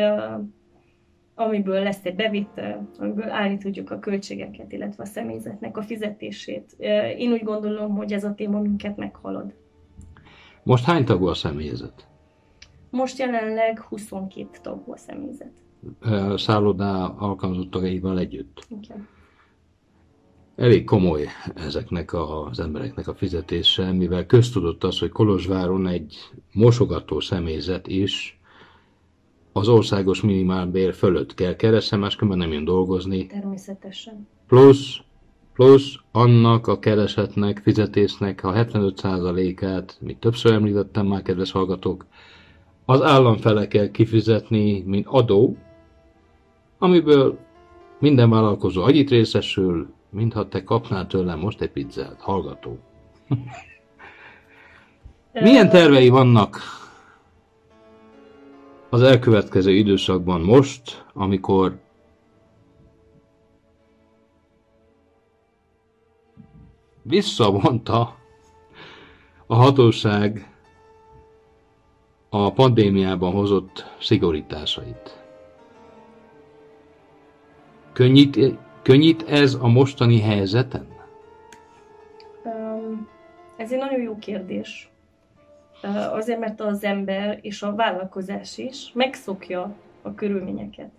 amiből lesz egy bevétel, amiből állni tudjuk a költségeket, illetve a személyzetnek a fizetését. Én úgy gondolom, hogy ez a téma minket meghalad. Most hány tagú a személyzet? Most jelenleg 22 tagú a személyzet. Szállodá alkalmazottaival együtt. Igen. Elég komoly ezeknek az embereknek a fizetése, mivel köztudott az, hogy Kolozsváron egy mosogató személyzet is az országos minimálbér fölött kell keresni, máskülönben nem jön dolgozni. Természetesen. Plusz annak a keresetnek, fizetésnek a 75%-át, mint többször említettem már, kedves hallgatók, az állam fele kell kifizetni, mint adó, amiből minden vállalkozó annyit részesül, mintha te kapnál tőlem most egy pizzát, hallgató. Milyen tervei vannak az elkövetkező időszakban most, amikor visszavonta a hatóság a pandémiában hozott szigorításait? Könnyít ez a mostani helyzeten? Ez egy nagyon jó kérdés. Azért, mert az ember és a vállalkozás is megszokja a körülményeket.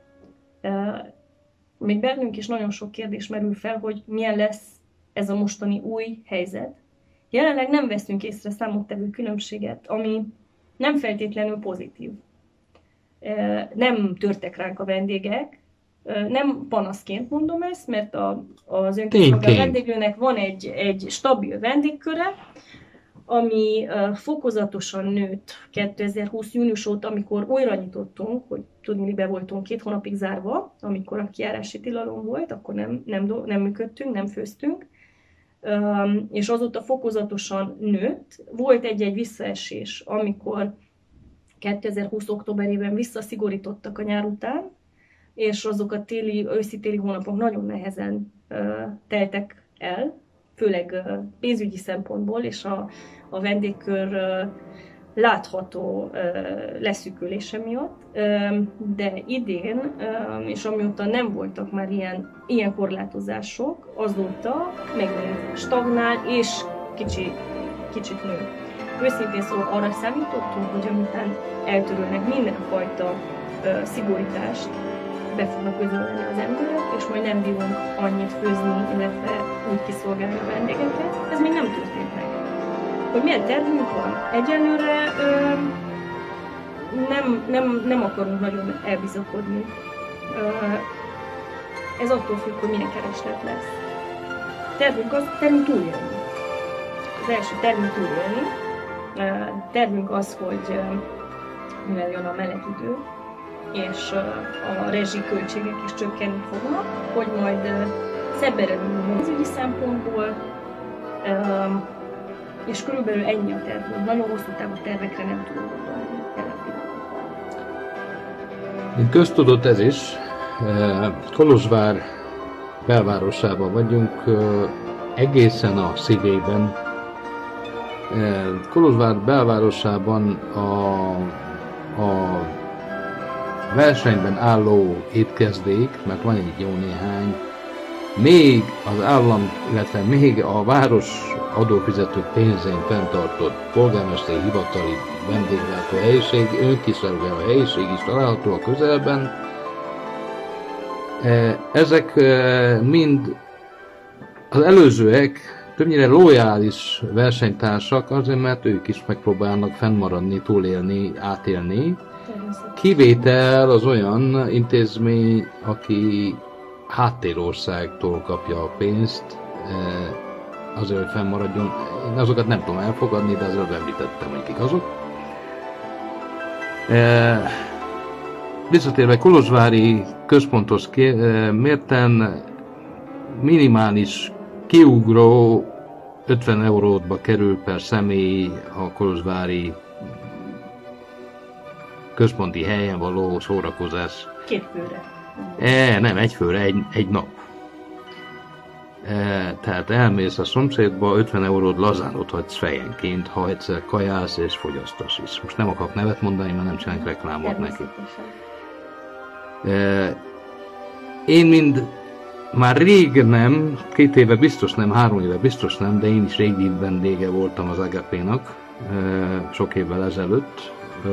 Még bennünk is nagyon sok kérdés merül fel, hogy milyen lesz ez a mostani új helyzet. Jelenleg nem veszünk észre számottevő különbséget, ami nem feltétlenül pozitív. Nem törtek ránk a vendégek, nem panaszként mondom ezt, mert az önkéntes vendéglőnek van egy stabil vendégköre, ami fokozatosan nőtt 2020. június óta, amikor újra nyitottunk, hogy tudni, be voltunk 2 hónapig zárva, amikor a kijárási tilalom volt, akkor nem működtünk, nem főztünk, és azóta fokozatosan nőtt. Volt egy visszaesés, amikor 2020. októberében visszaszigorítottak a nyár után, és azok a őszi-téli hónapok nagyon nehezen teltek el, főleg pénzügyi szempontból, és a vendégkör látható leszűkülése miatt, de idén, és amióta nem voltak már ilyen korlátozások, azóta megint stagnál, és kicsit nő. őszintén szóval arra számítottunk, hogy amiután eltörölnek mindenfajta szigorítást, be fognak közölni az emberek, és majd nem bírunk annyit főzni, illetve úgy kiszolgálni a vendégeket. Ez még nem történt meg. Hogy milyen tervünk van? Egyelőre nem akarunk nagyon elbizakodni. Ez attól függ, hogy milyen kereslet lesz. Tervünk túlélni. Az első tervünk túlélni. Tervünk az, hogy mivel jön a meleg idő, és a rezsiköltségek is csökkenni fognak, hogy majd szebb eredményű pénzügyi szempontból, és körülbelül ennyi a tervünk. Nagyon hosszú távú tervekre nem tudunk gondolni jelen pillanatban. Mint köztudott ez is, Kolozsvár belvárosában vagyunk, egészen a szívében. Kolozsvár belvárosában a versenyben álló étkezdék, mert van egy jó néhány, még az állam, illetve még a város adófizetők pénzén fenntartott polgármesteri hivatali vendéglátó helyiség, önkiszolgáló helyiség is található a közelben. Ezek mind az előzőek többnyire lojális versenytársak, azért mert ők is megpróbálnak fennmaradni, túlélni, átélni. Kivétel az olyan intézmény, aki háttérországtól kapja a pénzt, azért, hogy fennmaradjon. Én azokat nem tudom elfogadni, de azért említettem, hogy kik azok. Visszatérve kolozsvári központhoz mérten minimális kiugró 50 euróba kerül per személy a kolozsvári központi helyen való szórakozás. 2 főre. Nem, 1 főre, egy nap. Tehát elmész a szomszédba, 50 eurót lazán otthagysz fejenként, ha egyszer kajálsz és fogyasztasz is. Most nem akarok nevet mondani, mert nem csinálunk reklámot neki. Én már rég nem, 2 éve biztos nem, 3 éve biztos nem, de én is régi vendége voltam az Agapénak, sok évvel ezelőtt.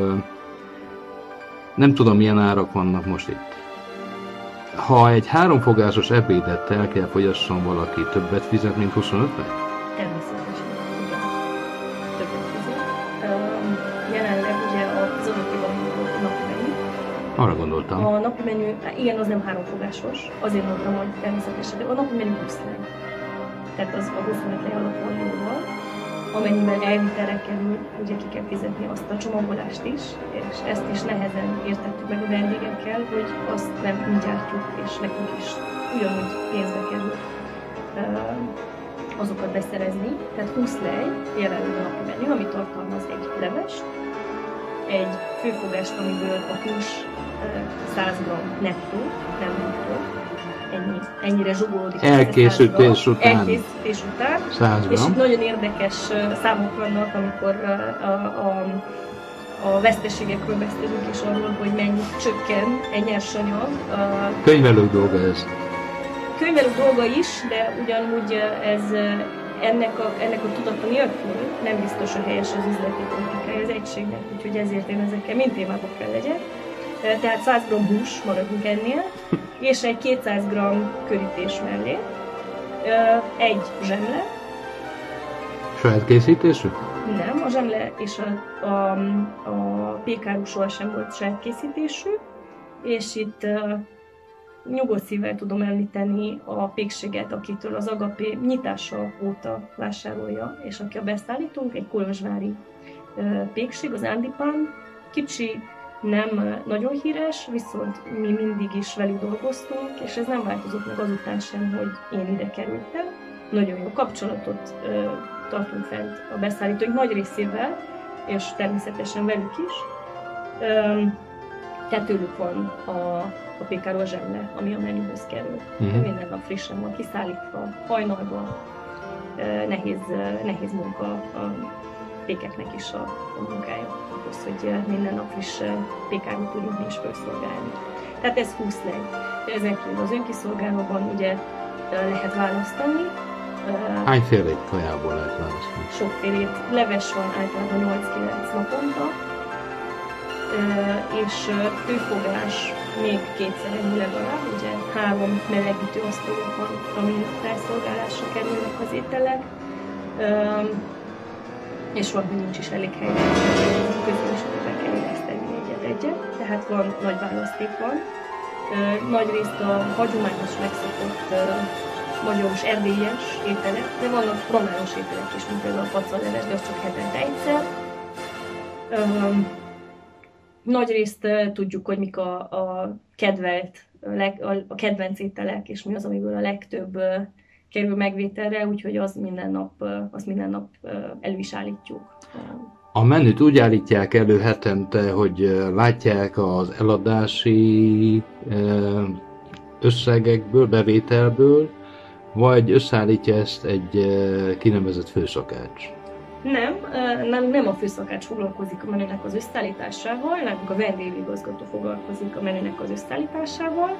Nem tudom, milyen árak vannak most itt. Ha egy 3 fogásos ebédet el kell fogyasszon valaki, többet fizet, mint 25-ben? Természetesen, igen. Többet fizet. Jelenleg ugye az adatiban volt a napi menü. Arra gondoltam. A napi menü, igen, az nem 3 fogásos, azért mondtam, hogy természetesen, de a napi menü 20 lej. Tehát az a 25 lej alatt van jóval. Amennyiben elvitelre kerül, ugye ki kell fizetni azt a csomagolást is, és ezt is nehezen értettük meg a vendégekkel, hogy azt nem mi gyártjuk, és nekünk is ugyanúgy pénzbe kerül azokat beszerezni. Tehát 20 lej jelenleg a napi menü, ami tartalmaz egy levest, egy főfogást, amiből a hús 100 g nettó, nem bruttó. Ennyire zsugolódik. Elkészítés után. 100 g. És nagyon érdekes számok vannak, amikor a veszteségekről beszélünk, és arról, hogy mennyit csökken egy nyersanyag. Könyvelők dolga ez. Könyvelők dolga is, de ugyanúgy ez ennek a tudata nélkül nem biztos a helyes az üzleti politikai az egységnek, úgyhogy ezért én ezekkel mind témába kell legyek. Tehát 100 g hús, maradjunk ennél, és egy 200 g körítés mellé, egy zsemle. Saját készítésű? Nem, a zsemle és a pékárú sohasem volt saját készítésű, és itt nyugodt szívvel tudom említeni a pékséget, akitől az Agapé nyitása óta vásárolja, és aki a beszállítunk, egy kolozsvári pékség, az Andipán. Kicsi, nem nagyon híres, viszont mi mindig is velük dolgoztunk, és ez nem változott meg azután sem, hogy én ide kerültem. Nagyon jó kapcsolatot tartunk fent a beszállítóink nagy részével, és természetesen velük is. Tehát tőlük van a pékáról zsemle, ami a menühöz kerül. Minden nap frissen van kiszállítva, hajnalban. Nehéz munka a pékeknek is a munkája, ahhoz, hogy minden nap friss pékárút tudjunk mi is felszolgálni. Tehát ez 20 lej. Ezen kívül az önkiszolgálóban ugye lehet választani, Hányféle kajából lehet választani? Sokfélét. Leves van általában 8-9 naponta, és főfogás még kétszer ennyi legalább, ugye 3 melegítő oszlopok van, amin felszolgálásra kerülnek az ételek, és van, hogy nincs is elég hely, közönségben kell érezteni egyet, tehát van, nagy választék van. Nagy részt a hagyományos megszokott magyaros, erdélyes ételek, de vannak romános ételek is, mint például a pacaleves, de az csak hetente egyszer. Nagy részt tudjuk, hogy mik a kedvelt, a kedvenc ételek, és mi az, amiből a legtöbb kerül megvételre, úgyhogy azt minden nap elő is állítjuk. A menüt úgy állítják elő hetente, hogy látják az eladási összegekből, bevételből, vagy összeállítja ezt egy kinevezett főszakács? Nem a főszakács foglalkozik a menünek az összeállításával, nálunk a vendégigazgató foglalkozik a menünek az összeállításával.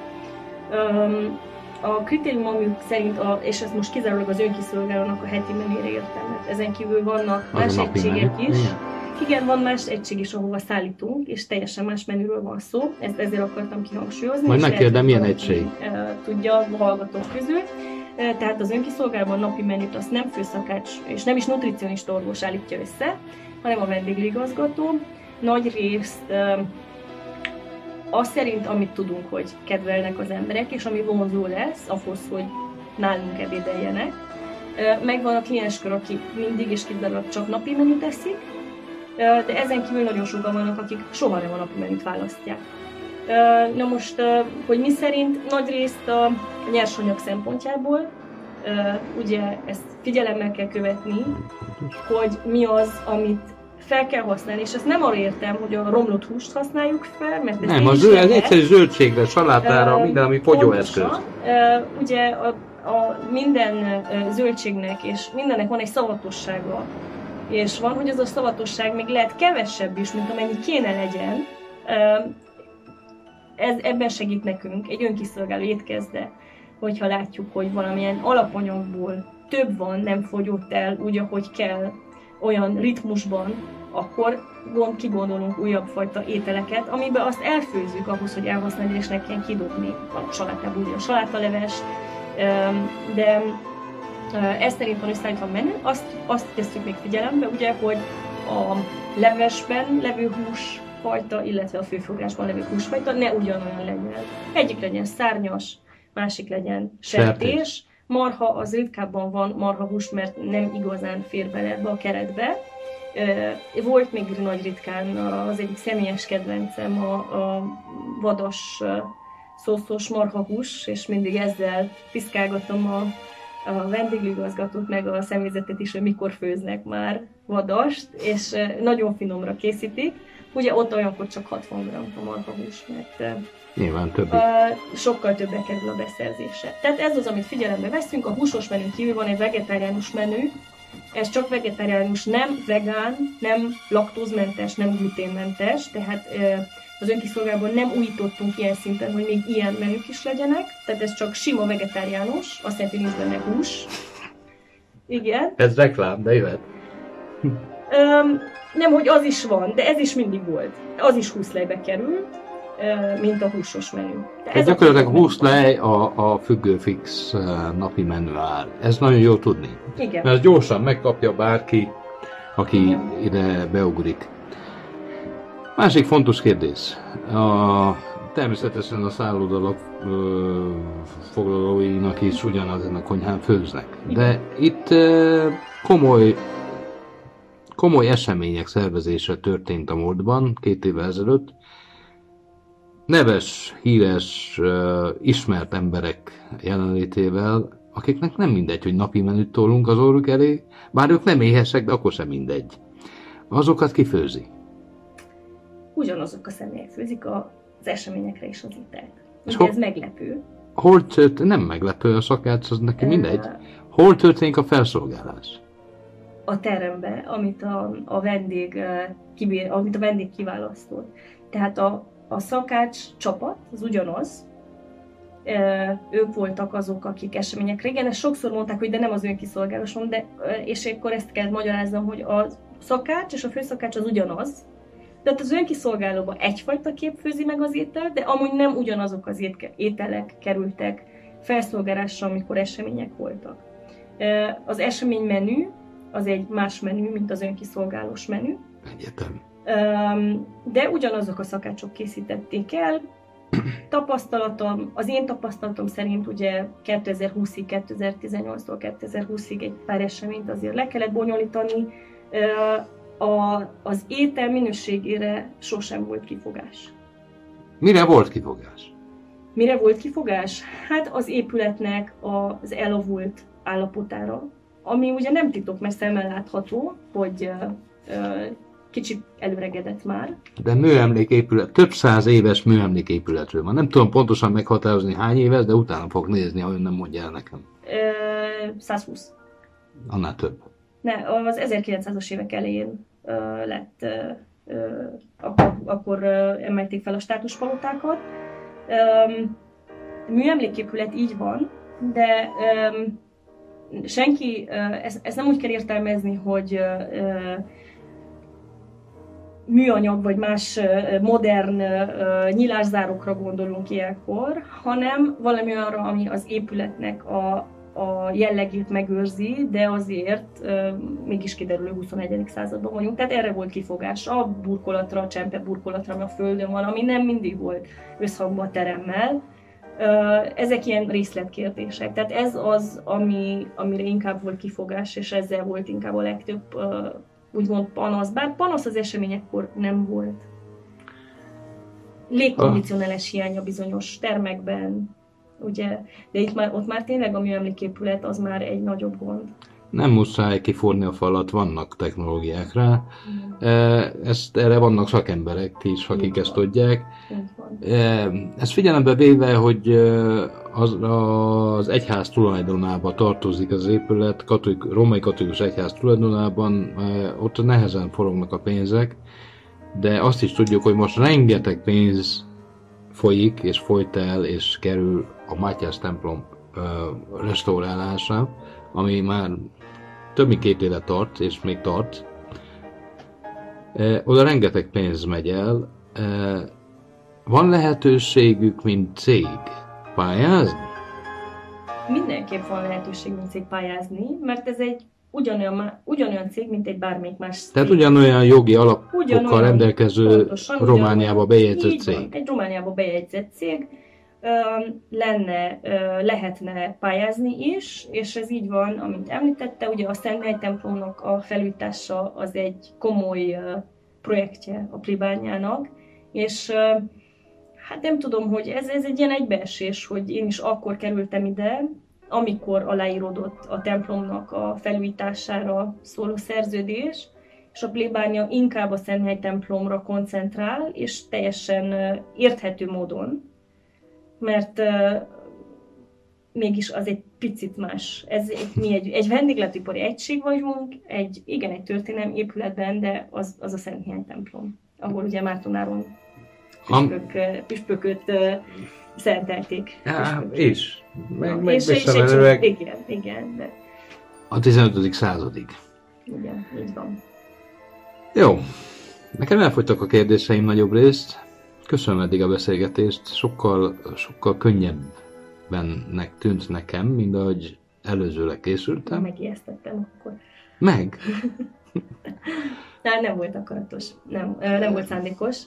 A kritériumok szerint, és ez most kizárólag az önkiszolgálónak a heti menüre értelmet. Ezen kívül vannak más egységek is. Igen, van más egység is, ahova szállítunk, és teljesen más menüről van szó. Ezért akartam kihangsúlyozni. Majd megkérdem, milyen egység? Tudja a hallgatók közül. Tehát az önkiszolgálóban napi menüt azt nem főszakács és nem is nutricionista orvos állítja össze, hanem a vendégigazgató. Nagy részt az szerint, amit tudunk, hogy kedvelnek az emberek, és ami vonzó lesz ahhoz, hogy nálunk ebédeljenek. Megvan a klienskör, aki mindig és kizárólag csak napi menüt eszik, de ezen kívül nagyon sokan vannak, akik soha nem a napi menüt választják. Na most, hogy mi szerint, nagy részt a nyersanyag szempontjából, ugye ezt figyelemmel kell követni, hogy mi az, amit fel kell használni, és ezt nem arra értem, hogy a romlott húst használjuk fel, mert ez nem, az egyszerű zöldségre, salátára, minden, ami fogyóeszköz. Ugye a minden zöldségnek és mindennek van egy szavatossága, és van, hogy az a szavatosság még lehet kevesebb is, mint amennyi kéne legyen. Ebben segít nekünk egy önkiszolgáló étkezde, hogyha látjuk, hogy valamilyen alapanyagból több van, nem fogyott el úgy, ahogy kell, olyan ritmusban, akkor kigondolunk újabb fajta ételeket, amiben azt elfőzzük ahhoz, hogy elhasználni és ne kelljen kidobni a salátából, a salátalevest, de ez szerint van összeállítva a menü, azt tesszük még figyelembe, ugye, hogy a levesben levő húsfajta, illetve a főfogásban levő húsfajta ne ugyanolyan legyen. Egyik legyen szárnyas, másik legyen sertés. Marha, az ritkábban van marhahús, mert nem igazán fér bele ebbe a keretbe. Volt még nagy ritkán az egyik személyes kedvencem, a vadas szószos marhahús, és mindig ezzel piszkálgatom a vendégigazgatót, meg a személyzetet is, hogy mikor főznek már vadast, és nagyon finomra készítik. Ugye ott olyankor csak 60 g a marhahús, mert nyilván többi. Sokkal többe kerül a beszerzése. Tehát ez az, amit figyelembe veszünk. A húsos menün kívül van egy vegetáriánus menü. Ez csak vegetáriánus, nem vegán, nem laktózmentes, nem gluténmentes. Tehát az önkiszolgálóban nem újítottunk ilyen szinten, hogy még ilyen menük is legyenek. Tehát ez csak sima vegetáriánus, azt jelenti, hogy nincs benne hús. Igen. Ez reklám, de jöhet. Nem, hogy az is van, de ez is mindig volt. Az is 20 lejbe került, mint a húsos menü. Ez gyakorlatilag 20 lej a függőfix napi menü áll. Ez nagyon jó tudni. Igen. Mert ez gyorsan megkapja bárki, aki ide beugrik. Másik fontos kérdés. Természetesen a szállodalak foglalóinak is ugyanezen a konyhán főznek. De itt komoly események szervezése történt a múltban, 2 évvel ezelőtt. Neves, híres, ismert emberek jelenlétével, akiknek nem mindegy, hogy napi menüt tolunk az orruk elé, bár ők nem éhesek, de akkor sem mindegy. Azokat kifőzi? Ugyanazok a személyek főzik az eseményekre is az ételt. Ugye ez meglepő. Nem meglepő, a szakács, az neki mindegy. Hol történik a felszolgálás? A terembe, amit a vendég kiválasztott. Tehát a szakács csapat az ugyanaz, ők voltak azok, akik események régen. Ezt sokszor mondták, hogy de nem az önkiszolgálásom, és akkor ezt kell magyaráznom, hogy a szakács és a főszakács az ugyanaz. Tehát az önkiszolgálóban egyfajta kép főzi meg az ételt, de amúgy nem ugyanazok az ételek kerültek felszolgálásra, amikor események voltak. Az eseménymenü az egy más menü, mint az önkiszolgálós menü. Egyetem. De ugyanazok a szakácsok készítették el. Az én tapasztalatom szerint ugye 2020-ig, 2018-tól 2020-ig egy pár eseményt azért le kellett bonyolítani. Az étel minőségére sosem volt kifogás. Mire volt kifogás? Mire volt kifogás? Hát az épületnek az elavult állapotára, ami ugye nem titok, mert szemmel látható, hogy kicsit előregedett már. De műemléképület, több száz éves műemléképületről van. Nem tudom pontosan meghatározni hány éves, de utána fog nézni, ha ön nem mondja el nekem. 120. Annál több. Ne, az 1900-as évek elején lett, akkor emelték fel a státuspalotákat. Műemléképület így van, de senki, ezt nem úgy kell értelmezni, hogy műanyag vagy más modern nyilászárókra gondolunk ilyenkor, hanem valami arra, ami az épületnek a jellegét megőrzi, de azért mégis kiderül, hogy 21. században vagyunk. Tehát erre volt kifogás a burkolatra, a csempe burkolatra, ami a földön van, ami nem mindig volt összhangban a teremmel. Ezek ilyen részletkérdések. Tehát ez az, amire inkább volt kifogás, és ezzel volt inkább a legtöbb úgymond panasz. Bár panasz az eseményekkor nem volt. Légkondicionális hiánya bizonyos termekben, ugye, de ott már tényleg a műemléképület az már egy nagyobb gond. Nem muszáj kiforni a falat, vannak technológiák rá. Erre vannak szakemberek is, akik ezt tudják. Ezt figyelembe véve, hogy az egyház tulajdonába tartozik az épület, római katolikus egyház tulajdonában, ott nehezen forognak a pénzek, de azt is tudjuk, hogy most rengeteg pénz folyik, és folyt el, és kerül a Mátyás templom restaurálása, ami már több mint 2 éve tart, és még tart. Oda rengeteg pénz megy el. Van lehetőségük, mint cég, pályázni? Mindenképp van lehetőség, mint cég pályázni, mert ez egy ugyanolyan cég, mint egy bármelyik más cég. Tehát ugyanolyan jogi alapokkal rendelkező pontosan, Romániába bejegyzett cég. Van, egy Romániába bejegyzett cég. Lehetne pályázni is, és ez így van, amint említette, ugye a Szenthely templomnak a felújítása az egy komoly projektje a plébániának, és hát nem tudom, hogy ez egy ilyen egybeesés, hogy én is akkor kerültem ide, amikor aláíródott a templomnak a felújítására szóló szerződés, és a plébánia inkább a Szenthely templomra koncentrál, és teljesen érthető módon, mert mégis az egy picit más. Mi egy vendéglátóipari egység vagyunk, egy történelmi épületben, de az a Szenthely templom, ahol ugye Márton püspököt szentelték. És? Igen. De... A 15. századig. Igen, így van. Jó. Nekem elfogytak a kérdéseim nagyobb részt. Köszönöm eddig a beszélgetést. Sokkal könnyebbennek tűnt nekem, mint ahogy előzőleg készültem. Megijesztettem akkor. Meg? Nem volt akaratos. Nem volt szándékos.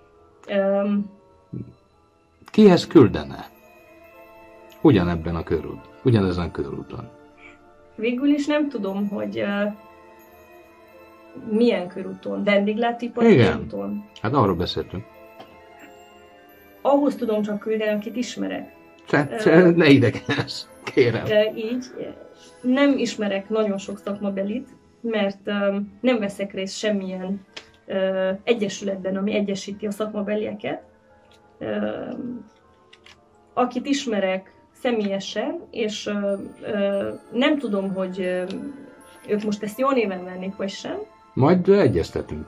Kihez küldene? Ugyanezen a körúton. Végül is nem tudom, hogy milyen körúton. Vendéglátóipari körúton. Hát arról beszéltünk. Ahhoz tudom csak küldeni, akit ismerek. Ne idegenesz, kérem. Így. Nem ismerek nagyon sok szakmabelit, mert nem veszek részt semmilyen egyesületben, ami egyesíti a szakmabelieket. Akit ismerek személyesen, és nem tudom, hogy ők most ezt jó néven vennék, vagy sem. Majd egyeztetünk.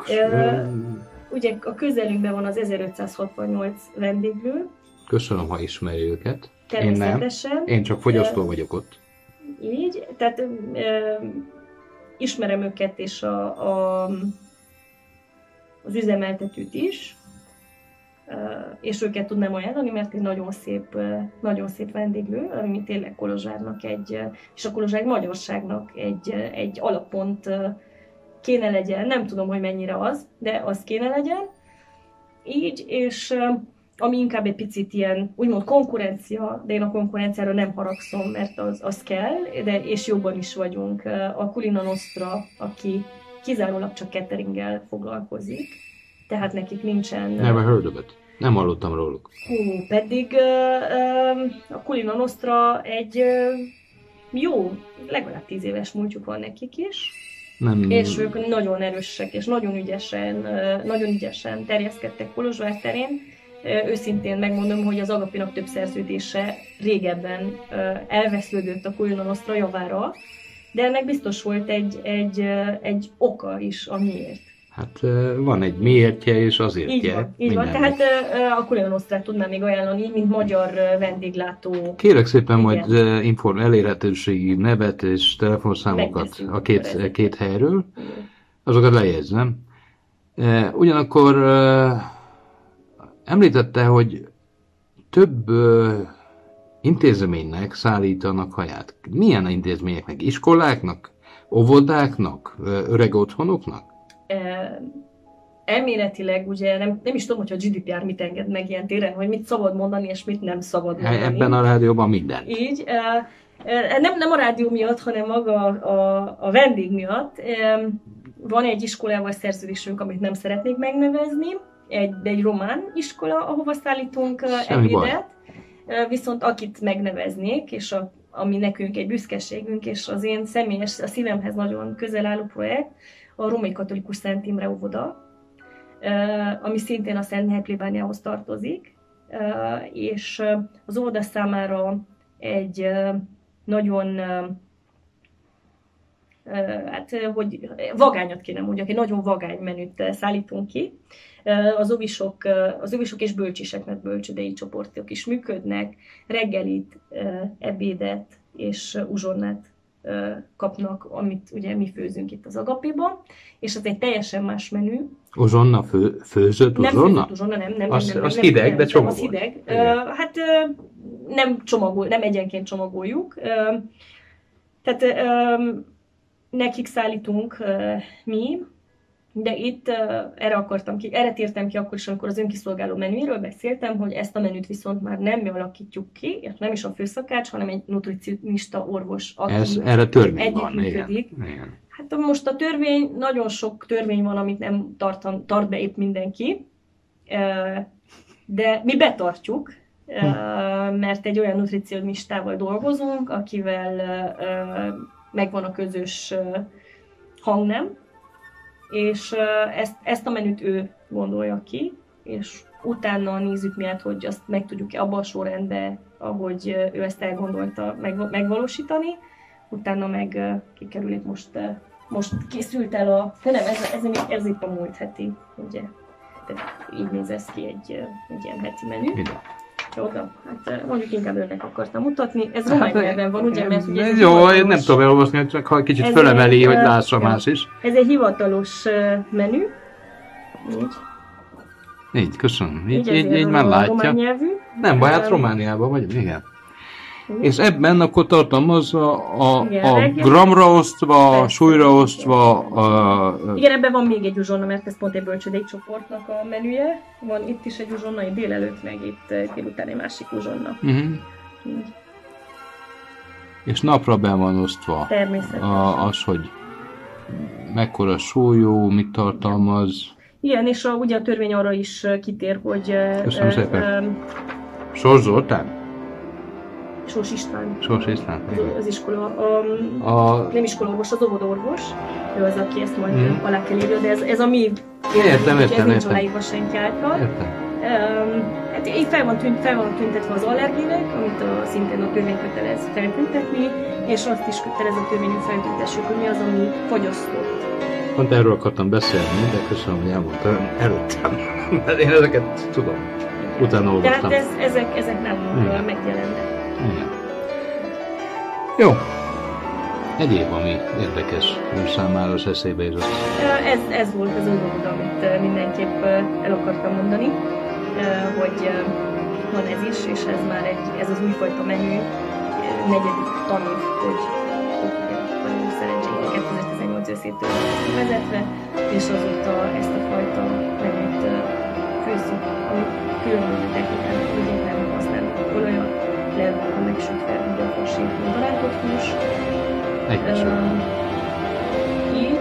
Ugye a közelünkben van az 1568 vendéglő. Köszönöm, ha ismeri őket. természetesen. Én csak fogyasztó vagyok ott. Így, tehát ismerem őket és az üzemeltetőt is, és őket tudnám ajánlani, mert egy nagyon szép vendéglő, ami tényleg Kolozsvárnak és a Kolozsvár magyarságnak egy alappont kéne legyen, nem tudom, hogy mennyire az, de az kéne legyen. Így, és ami inkább egy picit ilyen, úgymond konkurencia, de én a konkurenciára nem haragszom, mert az kell, és jobban is vagyunk. A Culina Nostra, aki kizárólag csak cateringgel foglalkozik, tehát nekik nincsen... Never heard of it. Nem hallottam róluk. Pedig a Culina Nostra egy jó, legalább 10 éves múltjuk van nekik is. Nem. És ők nagyon erősek, és nagyon ügyesen terjeszkedtek Kolozsvár terén. Őszintén megmondom, hogy az Agapinak több szerződése régebben elvesződött a Culina Nostra javára, de ennek biztos volt egy oka is, amiért. Hát van egy miértje és azért. Így van. Tehát a Culina Nostrát tudnám még ajánlani, mint magyar vendéglátó. Kérek szépen majd elérhetőségi nevet és telefonszámokat a két helyről. Azokat lejegyzem. Ugyanakkor említette, hogy több intézménynek szállítanak haját. Milyen intézményeknek? Iskoláknak? Óvodáknak? Öreg otthonoknak? Elméletileg ugye nem is tudom, hogy a GDPR mit enged meg ilyen téren, hogy mit szabad mondani és mit nem szabad mondani. Ebben a rádióban minden. Így. Nem a rádió miatt, hanem maga a vendég miatt. Van egy iskolával szerződésünk, amit nem szeretnék megnevezni, egy román iskola, ahova szállítunk ebédet. Viszont akit megneveznék, és ami nekünk egy büszkeségünk, és az én személyes, a szívemhez nagyon közel álló projekt, a Római Katolikus Szent Imre óvoda, ami szintén a Szent Mihály plébániához tartozik, és az óvoda számára egy nagyon, hogy vagányat kéne mondjak, egy nagyon vagány menüt szállítunk ki. Az óvisok és bölcsisek, mert bölcsődei csoportok is működnek, reggelit, ebédet és uzsonnát kapnak, amit ugye mi főzünk itt az Agapéban, és ez egy teljesen más menü. Uzsonna főzött uzsonna? Nem főzött uzsonna, nem. Az hideg, de csomagol. Az hideg. Nem csomagol, nem egyenként csomagoljuk. Tehát nekik szállítunk mi, de itt erre tértem ki akkor is, amikor az önkiszolgáló menüről beszéltem, hogy ezt a menüt viszont már nem mi alakítjuk ki, és nem is a főszakács, hanem egy nutricionista orvos, aki erre törvény van, együttműködik. Hát most a törvény, nagyon sok törvény van, amit nem tart be épp mindenki, de mi betartjuk, mert egy olyan nutricionistával dolgozunk, akivel megvan a közös hangnem, és ezt a menüt ő gondolja ki, és utána nézzük mi át, hogy azt meg tudjuk-e abban a sorrendben, ahogy ő ezt elgondolta megvalósítani, utána meg kikerül itt most készült el ez itt a múlt heti, ugye? Tehát így néz ez ki egy ilyen heti menü. Oda. Hát mondjuk inkább önnek akartam mutatni. Ez román nyelven van, ugye? Mert ugye jó, én nem tudom elolvasni, csak ha kicsit fölemeli, hogy lássa más is. Ez egy hivatalos menü. Így, köszönöm. Így már látja. Román nyelvű. Nem baj, hát Romániában vagyunk, igen. És ebben akkor tartalmazza a gramra osztva, súlyra osztva... Igen, ebben van még egy uzsonna, mert ez pont egy bölcsődei csoportnak a menüje. Van itt is egy uzsonna, egy délelőtt, meg itt délután egy másik uzsonna. És napra be van osztva. Természetesen. Az, hogy mekkora súlyú, mit tartalmaz. Igen, és ugye a törvény arra is kitér, hogy... Köszönöm szépen. Sors Zoltán? Sós István. Sós István. Az iskola, nem iskolaorvos, az óvodaorvos. Ő az, aki ezt majd alá kell írja, de ez a mi... Értem. Ez nincs aláírva senki által. Hát így fel van tüntetve az allergének, amit szintén a törvény kötelez feltüntetni, és azt is kötelez a törvény, hogy feltüntessük, hogy mi az, ami fogyasztott. Pont erről akartam beszélni, de köszönöm, hogy elmondtam előttem. Én ezeket tudom. Utána olvastam. Tehát ezek nálunk megjelennek. Igen. Jó. Egyéb, ami érdekes, ő számára az eszébe jutott. Ez volt az utód, amit mindenképp el akartam mondani, hogy van ez is, és ez már ez az újfajta menü, 4. tanév, hogy nagyon szerencsére 2018 őszétől vezetve, és azóta ezt a fajta menüt főzzük, ami különböző technikának, ugye nem használunk olajat, le van megsütve, ugye a forsét, mint a rántott hús. Így,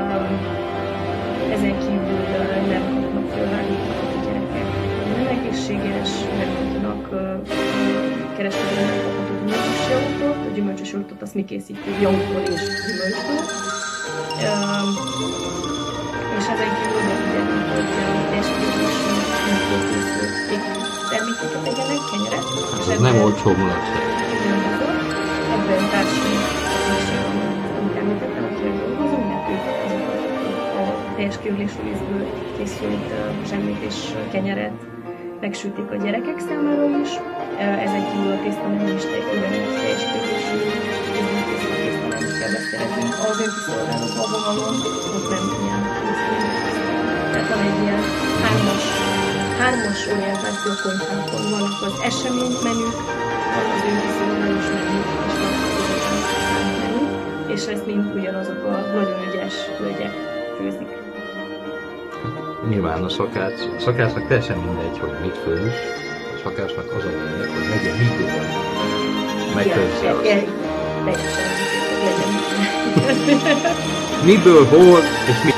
ezen kívül nem kapnak fölvállítókat a gyerekek, nem egészséges, nem tudnak kereskedelmi kapható gyümölcsös jogurtot, a gyümölcsös jogurtot azt mi készítjük jogurtból és gyümölcsből. És ezen kívül megfigyelünk, hogy teljesítős termékeket tegyenek, kenyeret. Ez nem olcsó mulatság. Ebben társadalmi amit említettem, akivel dolgozunk, mert ők a teljes kiöglésű vízből készült zsemmét és kenyeret megsütik a gyerekek számára is. Ezen kívül a tészta nem is ugyanígy teljes kiöglésű vízből készül a tészta, nem is kell beszélni. Az önkiszolgálat a vonalon, ott nem ilyen készül. Tehát van egy ilyen hármas orientáció a konyhánkon. Vannak az eseménymenük, van az önkiszolgálós menük, és ezt mind ugyanazok a nagyon ügyes hölgyek főzik. Nyilván a szakácsnak teljesen mindegy, hogy mit főz. A szakácsnak az a lényeg, hogy legyen miből megfőzze azt. Teljesen legyen. Miből, hol és mit.